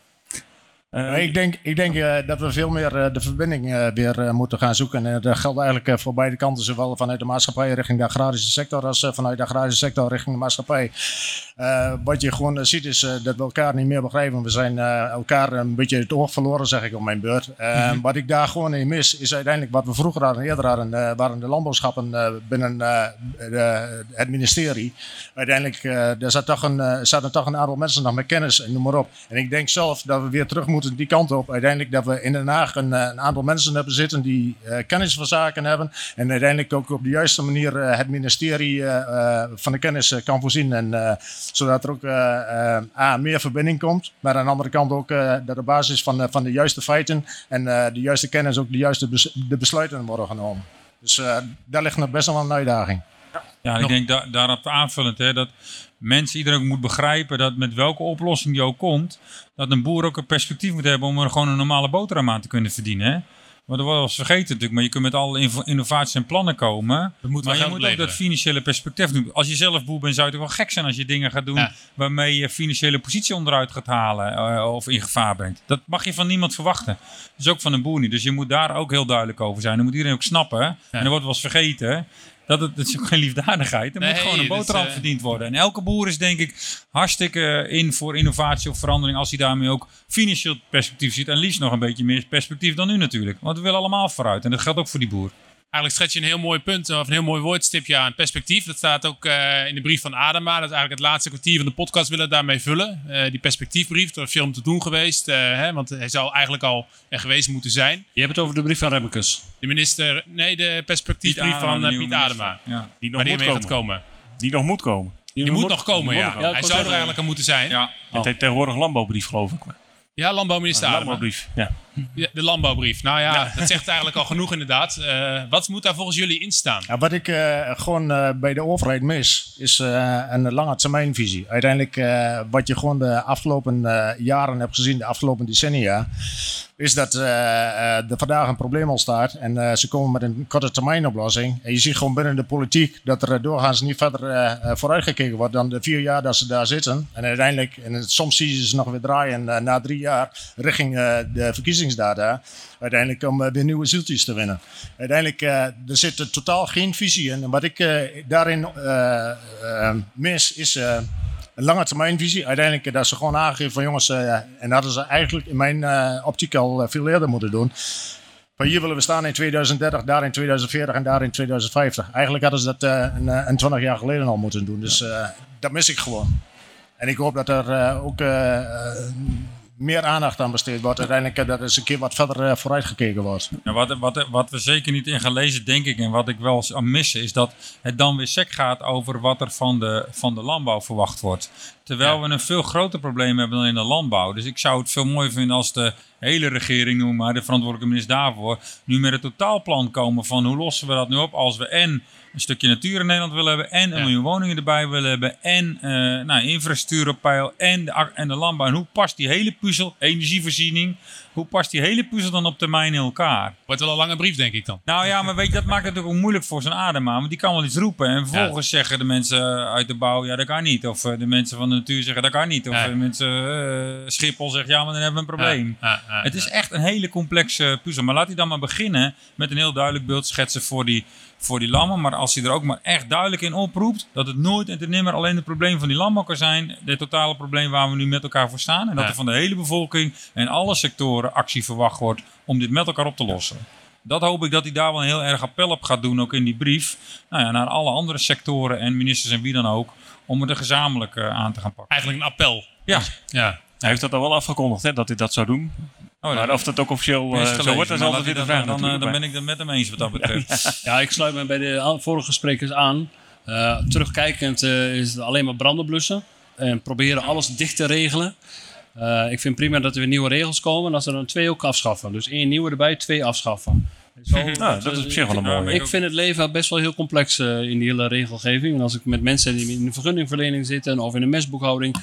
Uh, ik denk, ik denk uh, dat we veel meer uh, de verbinding uh, weer uh, moeten gaan zoeken. En uh, dat geldt eigenlijk uh, voor beide kanten, zowel vanuit de maatschappij richting de agrarische sector als uh, vanuit de agrarische sector richting de maatschappij. Uh, wat je gewoon uh, ziet is uh, dat we elkaar niet meer begrijpen. We zijn uh, elkaar een beetje het oog verloren, zeg ik op mijn beurt. Uh, mm-hmm. Wat ik daar gewoon in mis, is uiteindelijk wat we vroeger hadden, eerder hadden, uh, waren de landbouwschappen uh, binnen uh, de, het ministerie. Uiteindelijk uh, er zat toch een, uh, zaten toch een aantal mensen nog met kennis en noem maar op. En ik denk zelf dat we weer terug moeten die kant op. Uiteindelijk dat we in Den Haag een, een aantal mensen hebben zitten die uh, kennis van zaken hebben. En uiteindelijk ook op de juiste manier uh, het ministerie uh, uh, van de kennis uh, kan voorzien. En, uh, zodat er ook uh, uh, A, meer verbinding komt. Maar aan de andere kant ook uh, dat op basis van, uh, van de juiste feiten en uh, de juiste kennis ook de juiste bes- de besluiten worden genomen. Dus uh, daar ligt nog best wel een uitdaging. Ja, ik denk da- daarop aanvullend hè, dat mensen, iedereen ook moet begrijpen dat met welke oplossing die ook komt, dat een boer ook een perspectief moet hebben om er gewoon een normale boterham aan te kunnen verdienen. Hè? Maar dat was vergeten natuurlijk, maar je kunt met alle innovaties en plannen komen. Dat moet maar je moet leveren. ook dat financiële perspectief doen. Als je zelf boer bent, zou het wel gek zijn als je dingen gaat doen ja. waarmee je financiële positie onderuit gaat halen uh, of in gevaar brengt. Dat mag je van niemand verwachten. Dus ook van een boer niet. Dus je moet daar ook heel duidelijk over zijn. Dan moet iedereen ook snappen. Hè? Ja. En er wordt wel eens vergeten. Dat, het, dat is ook geen liefdadigheid. Er nee, moet gewoon een boterham uh... verdiend worden. En elke boer is denk ik hartstikke in voor innovatie of verandering. Als hij daarmee ook financieel perspectief ziet. En liefst nog een beetje meer perspectief dan nu natuurlijk. Want we willen allemaal vooruit. En dat geldt ook voor die boer. Eigenlijk schets je een heel mooi punt of een heel mooi woordstipje aan perspectief. Dat staat ook uh, in de brief van Adema. Dat is eigenlijk het laatste kwartier van de podcast willen we daarmee vullen. Uh, die perspectiefbrief, er is veel om te doen geweest. Uh, hè, want hij zou eigenlijk al er geweest moeten zijn. Je hebt het over de brief van Remmekes. De minister, nee, de perspectiefbrief van uh, Piet Adema. Ja. Die nog Wanneer moet mee komen. gaat komen. Die nog moet komen. Die moet nog komen, ja. nog Hij zou er eigenlijk aan moeten zijn. Ja. Het heet tegenwoordig landbouwbrief, geloof ik. Ja, landbouwminister Een Adema. landbouwbrief, ja. Ja, de landbouwbrief. Nou ja, dat zegt eigenlijk al genoeg inderdaad. Uh, wat moet daar volgens jullie in staan? Ja, wat ik uh, gewoon uh, bij de overheid mis, is uh, een lange termijnvisie. Uiteindelijk, uh, wat je gewoon de afgelopen uh, jaren hebt gezien, de afgelopen decennia, is dat uh, uh, er vandaag een probleem ontstaat en uh, ze komen met een korte termijn oplossing. En je ziet gewoon binnen de politiek dat er uh, doorgaans niet verder uh, vooruitgekeken wordt dan de vier jaar dat ze daar zitten. En uiteindelijk, en soms zie je ze nog weer draaien uh, na drie jaar richting uh, de verkiezingsdata. Uiteindelijk om uh, weer nieuwe zieltjes te winnen. Uiteindelijk, uh, er zit er totaal geen visie in. En wat ik uh, daarin uh, uh, mis, is uh, een lange termijnvisie. Uiteindelijk uh, dat ze gewoon aangeven van jongens, uh, en dat hadden ze eigenlijk in mijn uh, optiek al uh, veel eerder moeten doen. Van hier willen we staan in tweeduizend dertig, daar in tweeduizend veertig en daar in tweeduizend vijftig. Eigenlijk hadden ze dat uh, een, een twintig jaar geleden al moeten doen. Dus uh, dat mis ik gewoon. En ik hoop dat er uh, ook... Uh, uh, meer aandacht aan besteed wordt. Uiteindelijk uh, dat er eens een keer wat verder uh, vooruit gekeken wordt. Ja, wat, wat, wat we zeker niet in gaan lezen, denk ik, en wat ik wel eens aan missen, is dat het dan weer sec gaat over wat er van de, van de landbouw verwacht wordt. Terwijl ja. we een veel groter probleem hebben dan in de landbouw. Dus ik zou het veel mooier vinden als de hele regering, noem maar, de verantwoordelijke minister daarvoor, nu met een totaalplan komen van hoe lossen we dat nu op als we en een stukje natuur in Nederland willen hebben en een ja. miljoen woningen erbij willen hebben en uh, nou, infrastructuur op peil en de, en de landbouw. En hoe past die hele puzzel, energievoorziening, hoe past die hele puzzel dan op termijn in elkaar? Wordt wel een lange brief, denk ik dan. Nou ja, maar weet je, dat maakt het natuurlijk ook moeilijk voor zo'n Adema, want die kan wel iets roepen en vervolgens ja. zeggen de mensen uit de bouw, ja dat kan niet. Of uh, de mensen van de natuur zeggen dat kan niet. Of ja. de mensen, uh, Schiphol zegt ja, maar dan hebben we een probleem. Ja. Ja, ja, het is echt een hele complexe puzzel. Maar laat hij dan maar beginnen met een heel duidelijk beeld schetsen voor die, voor die landbouw. Maar als hij er ook maar echt duidelijk in oproept dat het nooit en ten nimmer alleen het probleem van die landbouw kan zijn, het totale probleem waar we nu met elkaar voor staan. En dat ja. er van de hele bevolking en alle sectoren actie verwacht wordt om dit met elkaar op te lossen. Dat hoop ik dat hij daar wel een heel erg appel op gaat doen, ook in die brief. Nou ja, naar alle andere sectoren en ministers en wie dan ook, om het er gezamenlijk uh, aan te gaan pakken. Eigenlijk een appel. Ja. ja. Hij heeft dat al wel afgekondigd, hè, dat hij dat zou doen. Oh, maar of dat ook officieel uh, zo wordt, dat is altijd weer de vraag. Dan, dan, dan ben ik het met hem eens wat dat betreft. Ja, ik sluit me bij de vorige sprekers aan. Uh, terugkijkend uh, is het alleen maar branden blussen. En proberen alles dicht te regelen. Uh, ik vind prima dat er weer nieuwe regels komen. En als er dan twee ook afschaffen. Dus één nieuwe erbij, twee afschaffen. Zo, nou, dat, dat is op zich wel een mooie. Ik vind het leven best wel heel complex uh, in die hele regelgeving. En als ik met mensen die in de vergunningverlening zitten of in de mesboekhouding,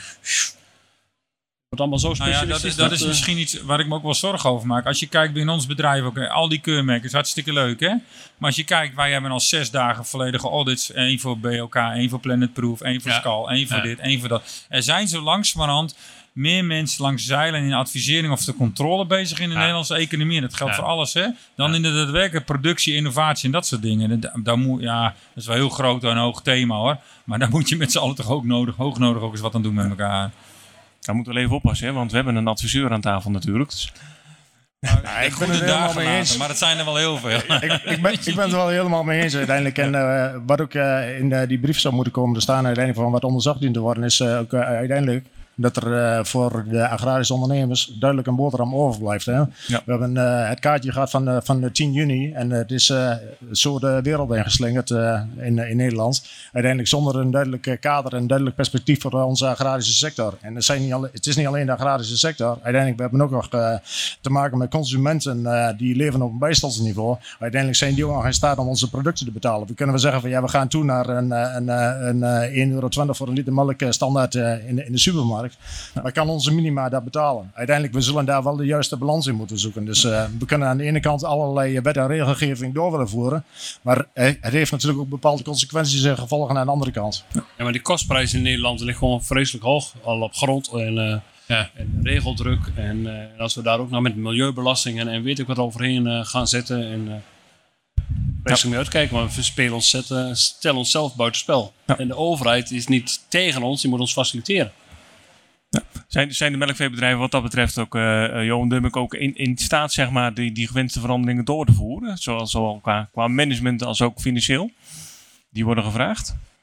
wordt allemaal zo specialistisch. Nou ja, dat is, dat is uh, misschien iets waar ik me ook wel zorgen over maak. Als je kijkt binnen ons bedrijf, ook, al die keurmerken is hartstikke leuk, hè? Maar als je kijkt, wij hebben al zes dagen volledige audits. Eén voor B L K, één voor Planet Proof, één voor ja. Skal, één voor ja. dit, één voor dat. Er zijn zo langzamerhand meer mensen langs zeilen in advisering of de controle bezig in de ja. Nederlandse economie. En dat geldt ja. voor alles, hè? Dan ja. in de daadwerkelijke productie, innovatie en dat soort dingen. Daar, daar moet, ja, dat is wel heel groot en een hoog thema, hoor. Maar daar moet je met z'n allen toch ook nodig, hoog nodig ook eens wat aan doen met elkaar. Daar moeten we even oppassen, hè? Want we hebben een adviseur aan tafel natuurlijk. Dus. Nou, ja, ik ben het er helemaal mee eens. Maar het zijn er wel heel veel. ik, ik, ben, ik ben het er wel helemaal mee eens uiteindelijk. En uh, wat ook uh, in uh, die brief zou moeten komen te staan uiteindelijk van wat onderzocht dient te worden, is uh, ook uh, uiteindelijk dat er uh, voor de agrarische ondernemers duidelijk een boterham overblijft. Hè? Ja. We hebben uh, het kaartje gehad van, uh, van de tien juni en uh, het is uh, zo de wereld ingeslingerd uh, in, in Nederland. Uiteindelijk zonder een duidelijk kader en duidelijk perspectief voor onze agrarische sector. En het, zijn niet alle, het is niet alleen de agrarische sector. Uiteindelijk we hebben ook nog uh, te maken met consumenten uh, die leven op een bijstandsniveau. Uiteindelijk zijn die ook nog in staat om onze producten te betalen. We kunnen wel zeggen van ja, we gaan toe naar een, een, een, een één euro twintig voor een liter melk standaard uh, in, in de supermarkt. Maar kan onze minima dat betalen? Uiteindelijk, we zullen daar wel de juiste balans in moeten zoeken. Dus uh, we kunnen aan de ene kant allerlei wet en regelgeving door willen voeren. Maar uh, het heeft natuurlijk ook bepaalde consequenties en gevolgen aan de andere kant. Ja, maar die kostprijs in Nederland ligt gewoon vreselijk hoog. Al op grond en, uh, ja. en regeldruk. En, uh, en als we daar ook nog met milieubelastingen en weet ik wat overheen uh, gaan zetten. En, uh, Wees er mee uitkijken, maar we spelen ons zetten, stellen onszelf buitenspel. Ja. En de overheid is niet tegen ons, die moet ons faciliteren. Ja. Zijn, zijn de melkveebedrijven wat dat betreft ook, uh, Johan Dummik, ook in, in staat zeg maar, die, die gewenste veranderingen door te voeren? Zowel, zowel qua, qua management als ook financieel? Die worden gevraagd?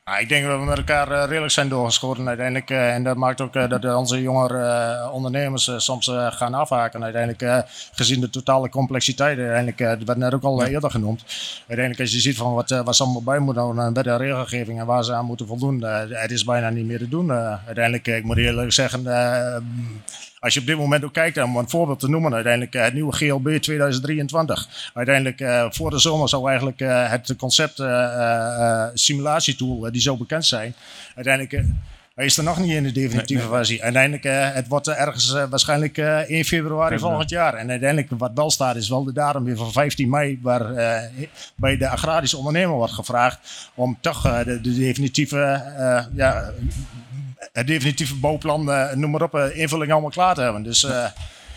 Nou, ik denk dat we met elkaar uh, redelijk zijn doorgeschoten uiteindelijk. Uh, en dat maakt ook uh, dat onze jongere uh, ondernemers uh, soms uh, gaan afhaken. Uiteindelijk uh, gezien de totale complexiteit. Uiteindelijk, uh, dat werd net ook al uh, eerder genoemd. Uiteindelijk als je ziet van wat, uh, wat ze allemaal bij moeten houden aan wet en regelgeving en waar ze aan moeten voldoen. Uh, het is bijna niet meer te doen. Uh, uiteindelijk, uh, ik moet eerlijk zeggen... Uh, Als je op dit moment ook kijkt, om een voorbeeld te noemen, uiteindelijk uh, het nieuwe G L B tweeduizend drieëntwintig. Uiteindelijk uh, voor de zomer zou eigenlijk uh, het concept uh, uh, simulatietool, uh, die zo bekend zijn, uiteindelijk uh, hij is er nog niet in de definitieve nee, nee. versie. Uiteindelijk, uh, het wordt uh, ergens uh, waarschijnlijk uh, één februari ja, volgend jaar. En uiteindelijk wat wel staat is wel de datum weer van vijftien mei, waar uh, bij de agrarische ondernemer wordt gevraagd om toch uh, de, de definitieve... Uh, ja, het definitieve bouwplan, uh, noem maar op, uh, invulling allemaal klaar te hebben. Dus uh,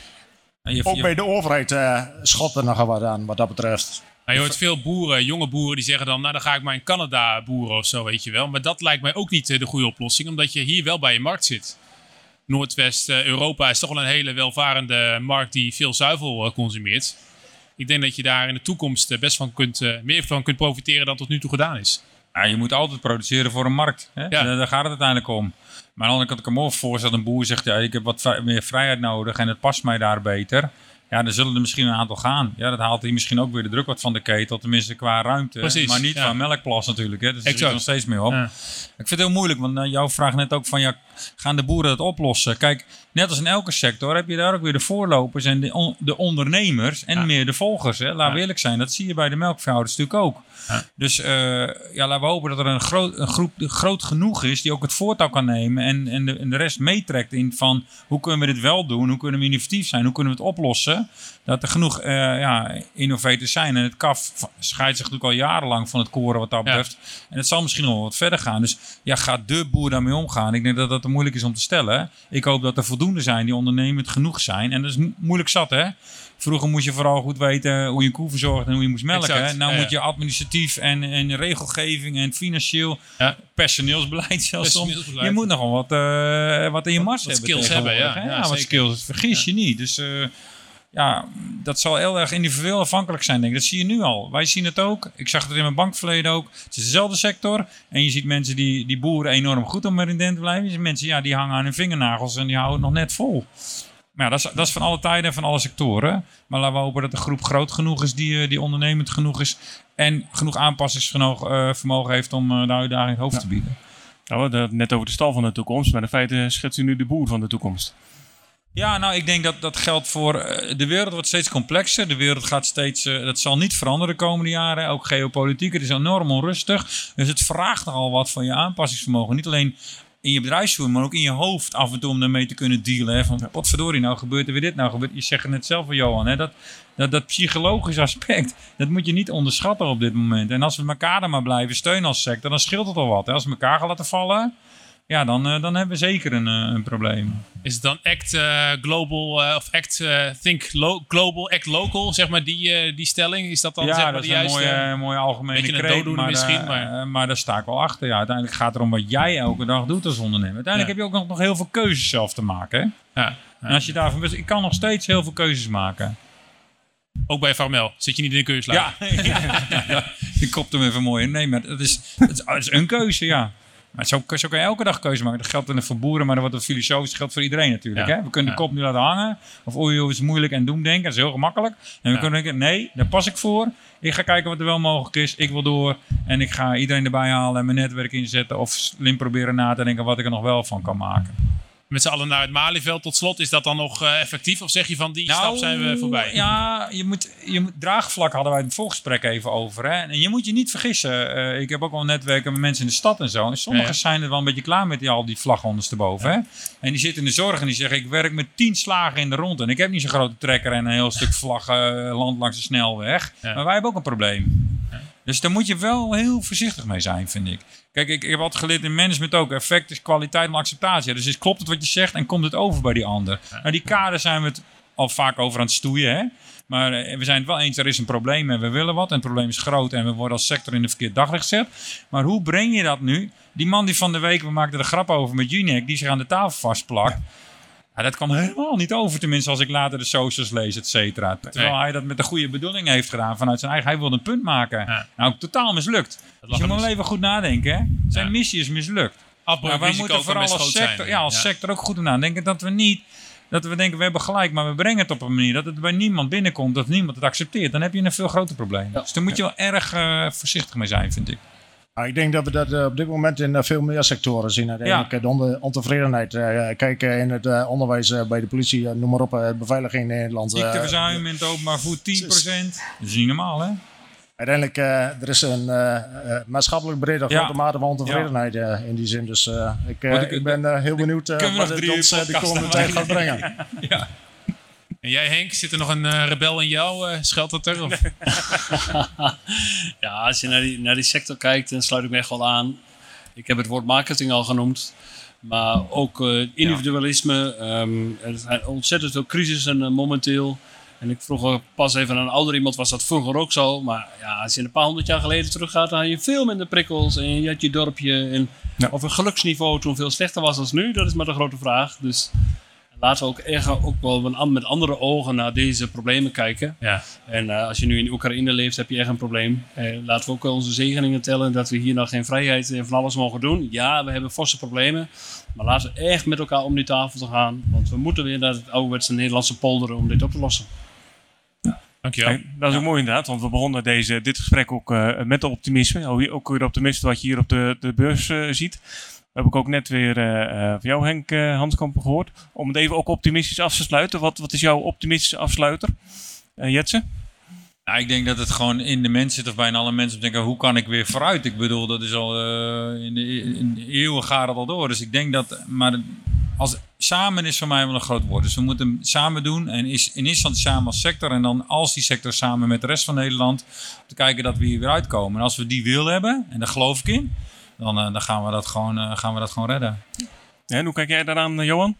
je, ook je, bij de overheid uh, schot er nog wat aan wat dat betreft. Nou, je hoort veel boeren, jonge boeren, die zeggen dan... nou, dan ga ik maar in Canada boeren of zo, weet je wel. Maar dat lijkt mij ook niet uh, de goede oplossing... omdat je hier wel bij je markt zit. Noordwest-Europa uh, is toch wel een hele welvarende markt... die veel zuivel uh, consumeert. Ik denk dat je daar in de toekomst uh, best van kunt, uh, meer van kunt profiteren... dan tot nu toe gedaan is. Ja, je moet altijd produceren voor een markt. Hè? Ja. Daar gaat het uiteindelijk om. Maar aan de andere kant kan ik me ook voorstellen dat een boer zegt... ja, ik heb wat vrij, meer vrijheid nodig en het past mij daar beter. Ja, dan zullen er misschien een aantal gaan. Ja, dat haalt hij misschien ook weer de druk wat van de ketel. Tenminste qua ruimte. Precies, maar niet ja. van melkplas natuurlijk. Hè. Dus daar zit er nog steeds mee op. Ja. Ik vind het heel moeilijk. Want uh, jouw vraag net ook van... ja, gaan de boeren het oplossen? Kijk, net als in elke sector heb je daar ook weer de voorlopers... en de, on, de ondernemers en ja. meer de volgers. Hè. Laten we eerlijk zijn. Dat zie je bij de melkveehouders natuurlijk ook. Ja. Dus uh, ja, laten we hopen dat er een, groot, een groep groot genoeg is... die ook het voortouw kan nemen... en, en, de, en de rest meetrekt in van... hoe kunnen we dit wel doen? Hoe kunnen we innovatief zijn? Hoe kunnen we het oplossen? Dat er genoeg uh, ja, innovators zijn. En het K A F scheidt zich natuurlijk al jarenlang van het koren wat dat betreft. Ja. En het zal misschien nog wel wat verder gaan. Dus ja, gaat de boer daarmee omgaan? Ik denk dat dat moeilijk is om te stellen. Ik hoop dat er voldoende zijn die ondernemend genoeg zijn. En dat is mo- moeilijk zat, hè? Vroeger moest je vooral goed weten hoe je een koe verzorgt en hoe je moest melken. Exact. Nou ja, moet je administratief en, en regelgeving en financieel, ja. personeelsbeleid zelfs. Personeelsbeleid. Je moet nogal wat, uh, wat in je mars wat hebben. Skills hebben, ja. Ja, ja, ja wat skills. Vergis ja. je niet. Dus uh, ja, dat zal heel erg individueel afhankelijk zijn, denk ik. Dat zie je nu al. Wij zien het ook. Ik zag het in mijn bankverleden ook. Het is dezelfde sector. En je ziet mensen die, die boeren enorm goed om erin te blijven. Je ziet mensen ja, die hangen aan hun vingernagels en die houden het nog net vol. Maar ja, dat is, dat is van alle tijden en van alle sectoren. Maar laten we hopen dat de groep groot genoeg is, die, die ondernemend genoeg is. En genoeg aanpassingsvermogen heeft om uh, de uitdaging het hoofd ja. te bieden. Nou, we hadden het net over de stal van de toekomst. Maar in feite schetst u nu de boer van de toekomst. Ja, nou, ik denk dat dat geldt voor... Uh, de wereld wordt steeds complexer. De wereld gaat steeds... Uh, dat zal niet veranderen de komende jaren. Ook geopolitiek. Het is enorm onrustig. Dus het vraagt nogal wat van je aanpassingsvermogen. Niet alleen... in je bedrijfsvoering, maar ook in je hoofd af en toe om daarmee te kunnen dealen. Hè? Van, potverdorie, nou gebeurt er weer dit, nou gebeurt... Je zegt het net zelf van Johan, hè? Dat, dat, dat psychologische aspect, dat moet je niet onderschatten op dit moment. En als we elkaar dan maar blijven steunen als sector, dan scheelt het al wat. Hè? Als we elkaar gaan laten vallen, ja, dan, uh, dan hebben we zeker een, uh, een probleem. Is het dan Act uh, Global, uh, of Act uh, Think lo- Global, Act Local, zeg maar, die, uh, die stelling? Is dat dan ja, zeg maar dat de is een juiste... mooie, mooie algemene kreet, maar, misschien, maar... Uh, maar daar sta ik wel achter. Ja, uiteindelijk gaat het erom wat jij elke dag doet als ondernemer. Uiteindelijk ja. heb je ook nog, nog heel veel keuzes zelf te maken. Hè? Ja. Ja. En als je daarvan bent, ik kan nog steeds heel veel keuzes maken. Ook bij Farmel zit je niet in de keuzes. Ja, ja, ja, ik kop hem even mooi in. Nee, maar het is, het is, het is een keuze, ja. Maar zo, zo kan je elke dag keuze maken. Dat geldt dan voor boeren, maar dat wordt het filosofisch. Dat geldt voor iedereen natuurlijk. Ja. Hè? We kunnen ja. de kop nu laten hangen. Of oei, oei, is moeilijk en doemdenken. Dat is heel gemakkelijk. En we ja. kunnen denken, nee, daar pas ik voor. Ik ga kijken wat er wel mogelijk is. Ik wil door. En ik ga iedereen erbij halen en mijn netwerk inzetten. Of slim proberen na te denken wat ik er nog wel van kan maken. Met z'n allen naar het Malieveld tot slot. Is dat dan nog uh, effectief? Of zeg je van die nou, stap zijn we voorbij? Ja, je moet, je moet, draagvlak hadden wij het voorgesprek even over. Hè? En je moet je niet vergissen. Uh, ik heb ook wel netwerken met mensen in de stad en zo. En sommigen ja. zijn er wel een beetje klaar met die, al die vlaggen ondersteboven. Ja. Hè? En die zitten in de zorg en die zeggen... ik werk met tien slagen in de rond. En ik heb niet zo'n grote trekker en een heel stuk vlaggen uh, land langs de snelweg. Ja. Maar wij hebben ook een probleem. Ja. Dus daar moet je wel heel voorzichtig mee zijn, vind ik. Kijk, ik, ik heb altijd geleerd in management ook. Effect is kwaliteit en acceptatie. Dus is, klopt het wat je zegt en komt het over bij die ander? Ja. Nou, die kaders zijn we het al vaak over aan het stoeien. Hè? Maar eh, we zijn het wel eens, er is een probleem en we willen wat. En het probleem is groot en we worden als sector in de verkeerd daglicht gezet. Maar hoe breng je dat nu? Die man die van de week, we maakten er grap over met Jinek, die zich aan de tafel vastplakt. Ja. Ja, dat kwam helemaal niet over, tenminste als ik later de socials lees, et cetera. Terwijl Nee. hij dat met de goede bedoeling heeft gedaan vanuit zijn eigen. Hij wilde een punt maken. Ja. Nou, totaal mislukt. lag Dus je er moet mis. wel even goed nadenken. Hè? Zijn Ja. missie is mislukt. Maar wij Afbreukrisico moeten kan vooral best als groot sector, zijn. ja, als sector ook goed doen nadenken dat we niet... Dat we denken, we hebben gelijk, maar we brengen het op een manier dat het bij niemand binnenkomt, dat niemand het accepteert. Dan heb je een veel groter probleem. Ja. Dus daar moet je wel erg uh, voorzichtig mee zijn, vind ik. Nou, ik denk dat we dat uh, op dit moment in uh, veel meer sectoren zien. Uiteindelijk Ja. de on- ontevredenheid. Uh, kijk uh, in het uh, onderwijs, uh, bij de politie, uh, noem maar op, uh, beveiliging in Nederland. Uh, Ziekteverzuim in het openbaar voer tien procent. Dat is niet normaal, hè? uiteindelijk, uh, er is een uh, uh, maatschappelijk brede Ja. grote mate van ontevredenheid uh, in die zin. Dus uh, ik, uh, Wat ik- ik ben uh, heel benieuwd uh, Kunnen we wat nog het drie ons uur uh, de podcast komende aan tijd gaat brengen. Ja. En jij Henk, zit er nog een uh, rebel in jou? Uh, schuilt dat er? Of? Ja, als je naar die, naar die sector kijkt, dan sluit ik me echt wel aan. Ik heb het woord marketing al genoemd. Maar ook uh, individualisme. Um, er zijn ontzettend veel crisissen uh, momenteel. En ik vroeg pas even aan een ouder iemand, was dat vroeger ook zo. Maar ja, als je een paar honderd jaar geleden teruggaat, dan had je veel minder prikkels. En je had je dorpje. En Ja. of een geluksniveau toen veel slechter was dan nu, dat is maar de grote vraag. Dus laten we ook, echt ook wel met andere ogen naar deze problemen kijken. Ja. En uh, als je nu in Oekraïne leeft, heb je echt een probleem. Uh, laten we ook wel onze zegeningen tellen dat we hier nog geen vrijheid en van alles mogen doen. Ja, we hebben forse problemen. Maar laten we echt met elkaar om die tafel te gaan. Want we moeten weer naar het ouderwetse Nederlandse polderen om dit op te lossen. Dankjewel. Kijk, dat is ook mooi inderdaad, want we begonnen deze, dit gesprek ook uh, met optimisme. Ook weer optimisme wat je hier op de, de beurs uh, ziet. Heb ik ook net weer uh, uh, van jou, Henk uh, Hanskamp, gehoord. Om het even ook optimistisch af te sluiten. Wat, wat is jouw optimistische afsluiter, uh, Jetse? Nou, ik denk dat het gewoon in de mens zit, of bijna alle mensen denken, hoe kan ik weer vooruit? Ik bedoel, dat is al uh, in, de, in de eeuwen gaat het al door. Dus ik denk dat, maar als, samen is voor mij wel een groot woord. Dus we moeten hem samen doen. En is in eerste instantie samen als sector. En dan als die sector samen met de rest van Nederland. Om te kijken dat we hier weer uitkomen. En als we die wil hebben, en daar geloof ik in. Dan, uh, dan gaan, we dat gewoon, uh, gaan we dat gewoon redden. Ja, en hoe kijk jij daaraan, uh, Johan?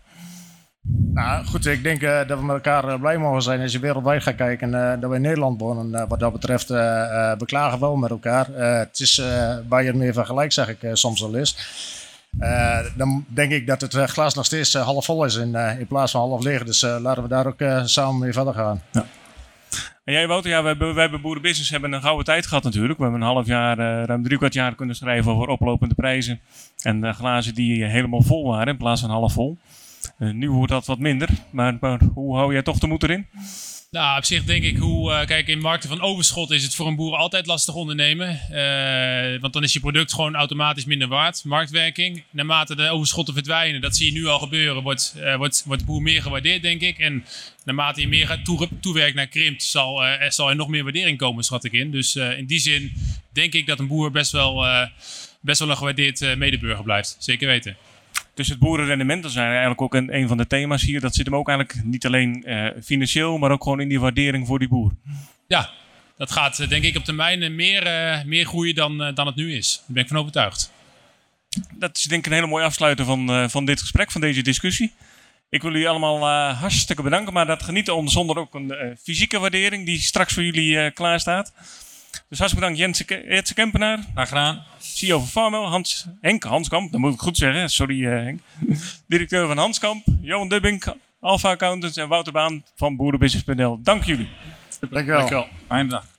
Nou goed, ik denk uh, dat we met elkaar uh, blij mogen zijn als je wereldwijd gaat kijken. Uh, dat we in Nederland wonen. Uh, wat dat betreft, uh, uh, we klagen wel met elkaar. Uh, het is uh, waar je het meer vergelijkt, zeg ik uh, soms wel eens. Uh, dan denk ik dat het uh, glas nog steeds uh, half vol is in, uh, in plaats van half leeg. Dus uh, laten we daar ook uh, samen mee verder gaan. Ja. En jij, Wouter, ja, we hebben, wij bij Boerenbusiness hebben een gouden tijd gehad natuurlijk. We hebben een half jaar, uh, ruim drie kwart jaar kunnen schrijven over oplopende prijzen. En uh, glazen die helemaal vol waren in plaats van half vol. Uh, nu wordt dat wat minder. Maar, maar hoe hou jij toch de moed erin? Nou, op zich denk ik, hoe, uh, kijk, in markten van overschot is het voor een boer altijd lastig ondernemen. Uh, want dan is je product gewoon automatisch minder waard. Marktwerking. Naarmate de overschotten verdwijnen, dat zie je nu al gebeuren, wordt, uh, wordt, wordt de boer meer gewaardeerd, denk ik. En naarmate je meer gaat toe, toewerkt naar krimpt, zal, uh, er zal er nog meer waardering komen, schat ik in. Dus uh, in die zin denk ik dat een boer best wel, uh, best wel een gewaardeerd uh, medeburger blijft. Zeker weten. Dus het boerenrendement, dat is eigenlijk ook een, een van de thema's hier. Dat zit hem ook eigenlijk niet alleen uh, financieel, maar ook gewoon in die waardering voor die boer. Ja, dat gaat uh, denk ik op termijn meer, uh, meer groeien dan, uh, dan het nu is. Daar ben ik van overtuigd. Dat is denk ik een hele mooie afsluiter van, uh, van dit gesprek, van deze discussie. Ik wil jullie allemaal uh, hartstikke bedanken, maar dat genieten onder zonder ook een uh, fysieke waardering die straks voor jullie uh, klaar staat. Dus hartstikke bedankt Jens, Jetse Kempenaar. Graag gedaan. C E O van Farmel, Hans, Henk Hanskamp, dat moet ik goed zeggen, sorry uh, Henk. Directeur van Hanskamp, Johan Dubbink, Alpha Accountants en Wouter Baan van boerenbusiness punt n l. Dank jullie. Dankjewel. Dankjewel. Fijne dag.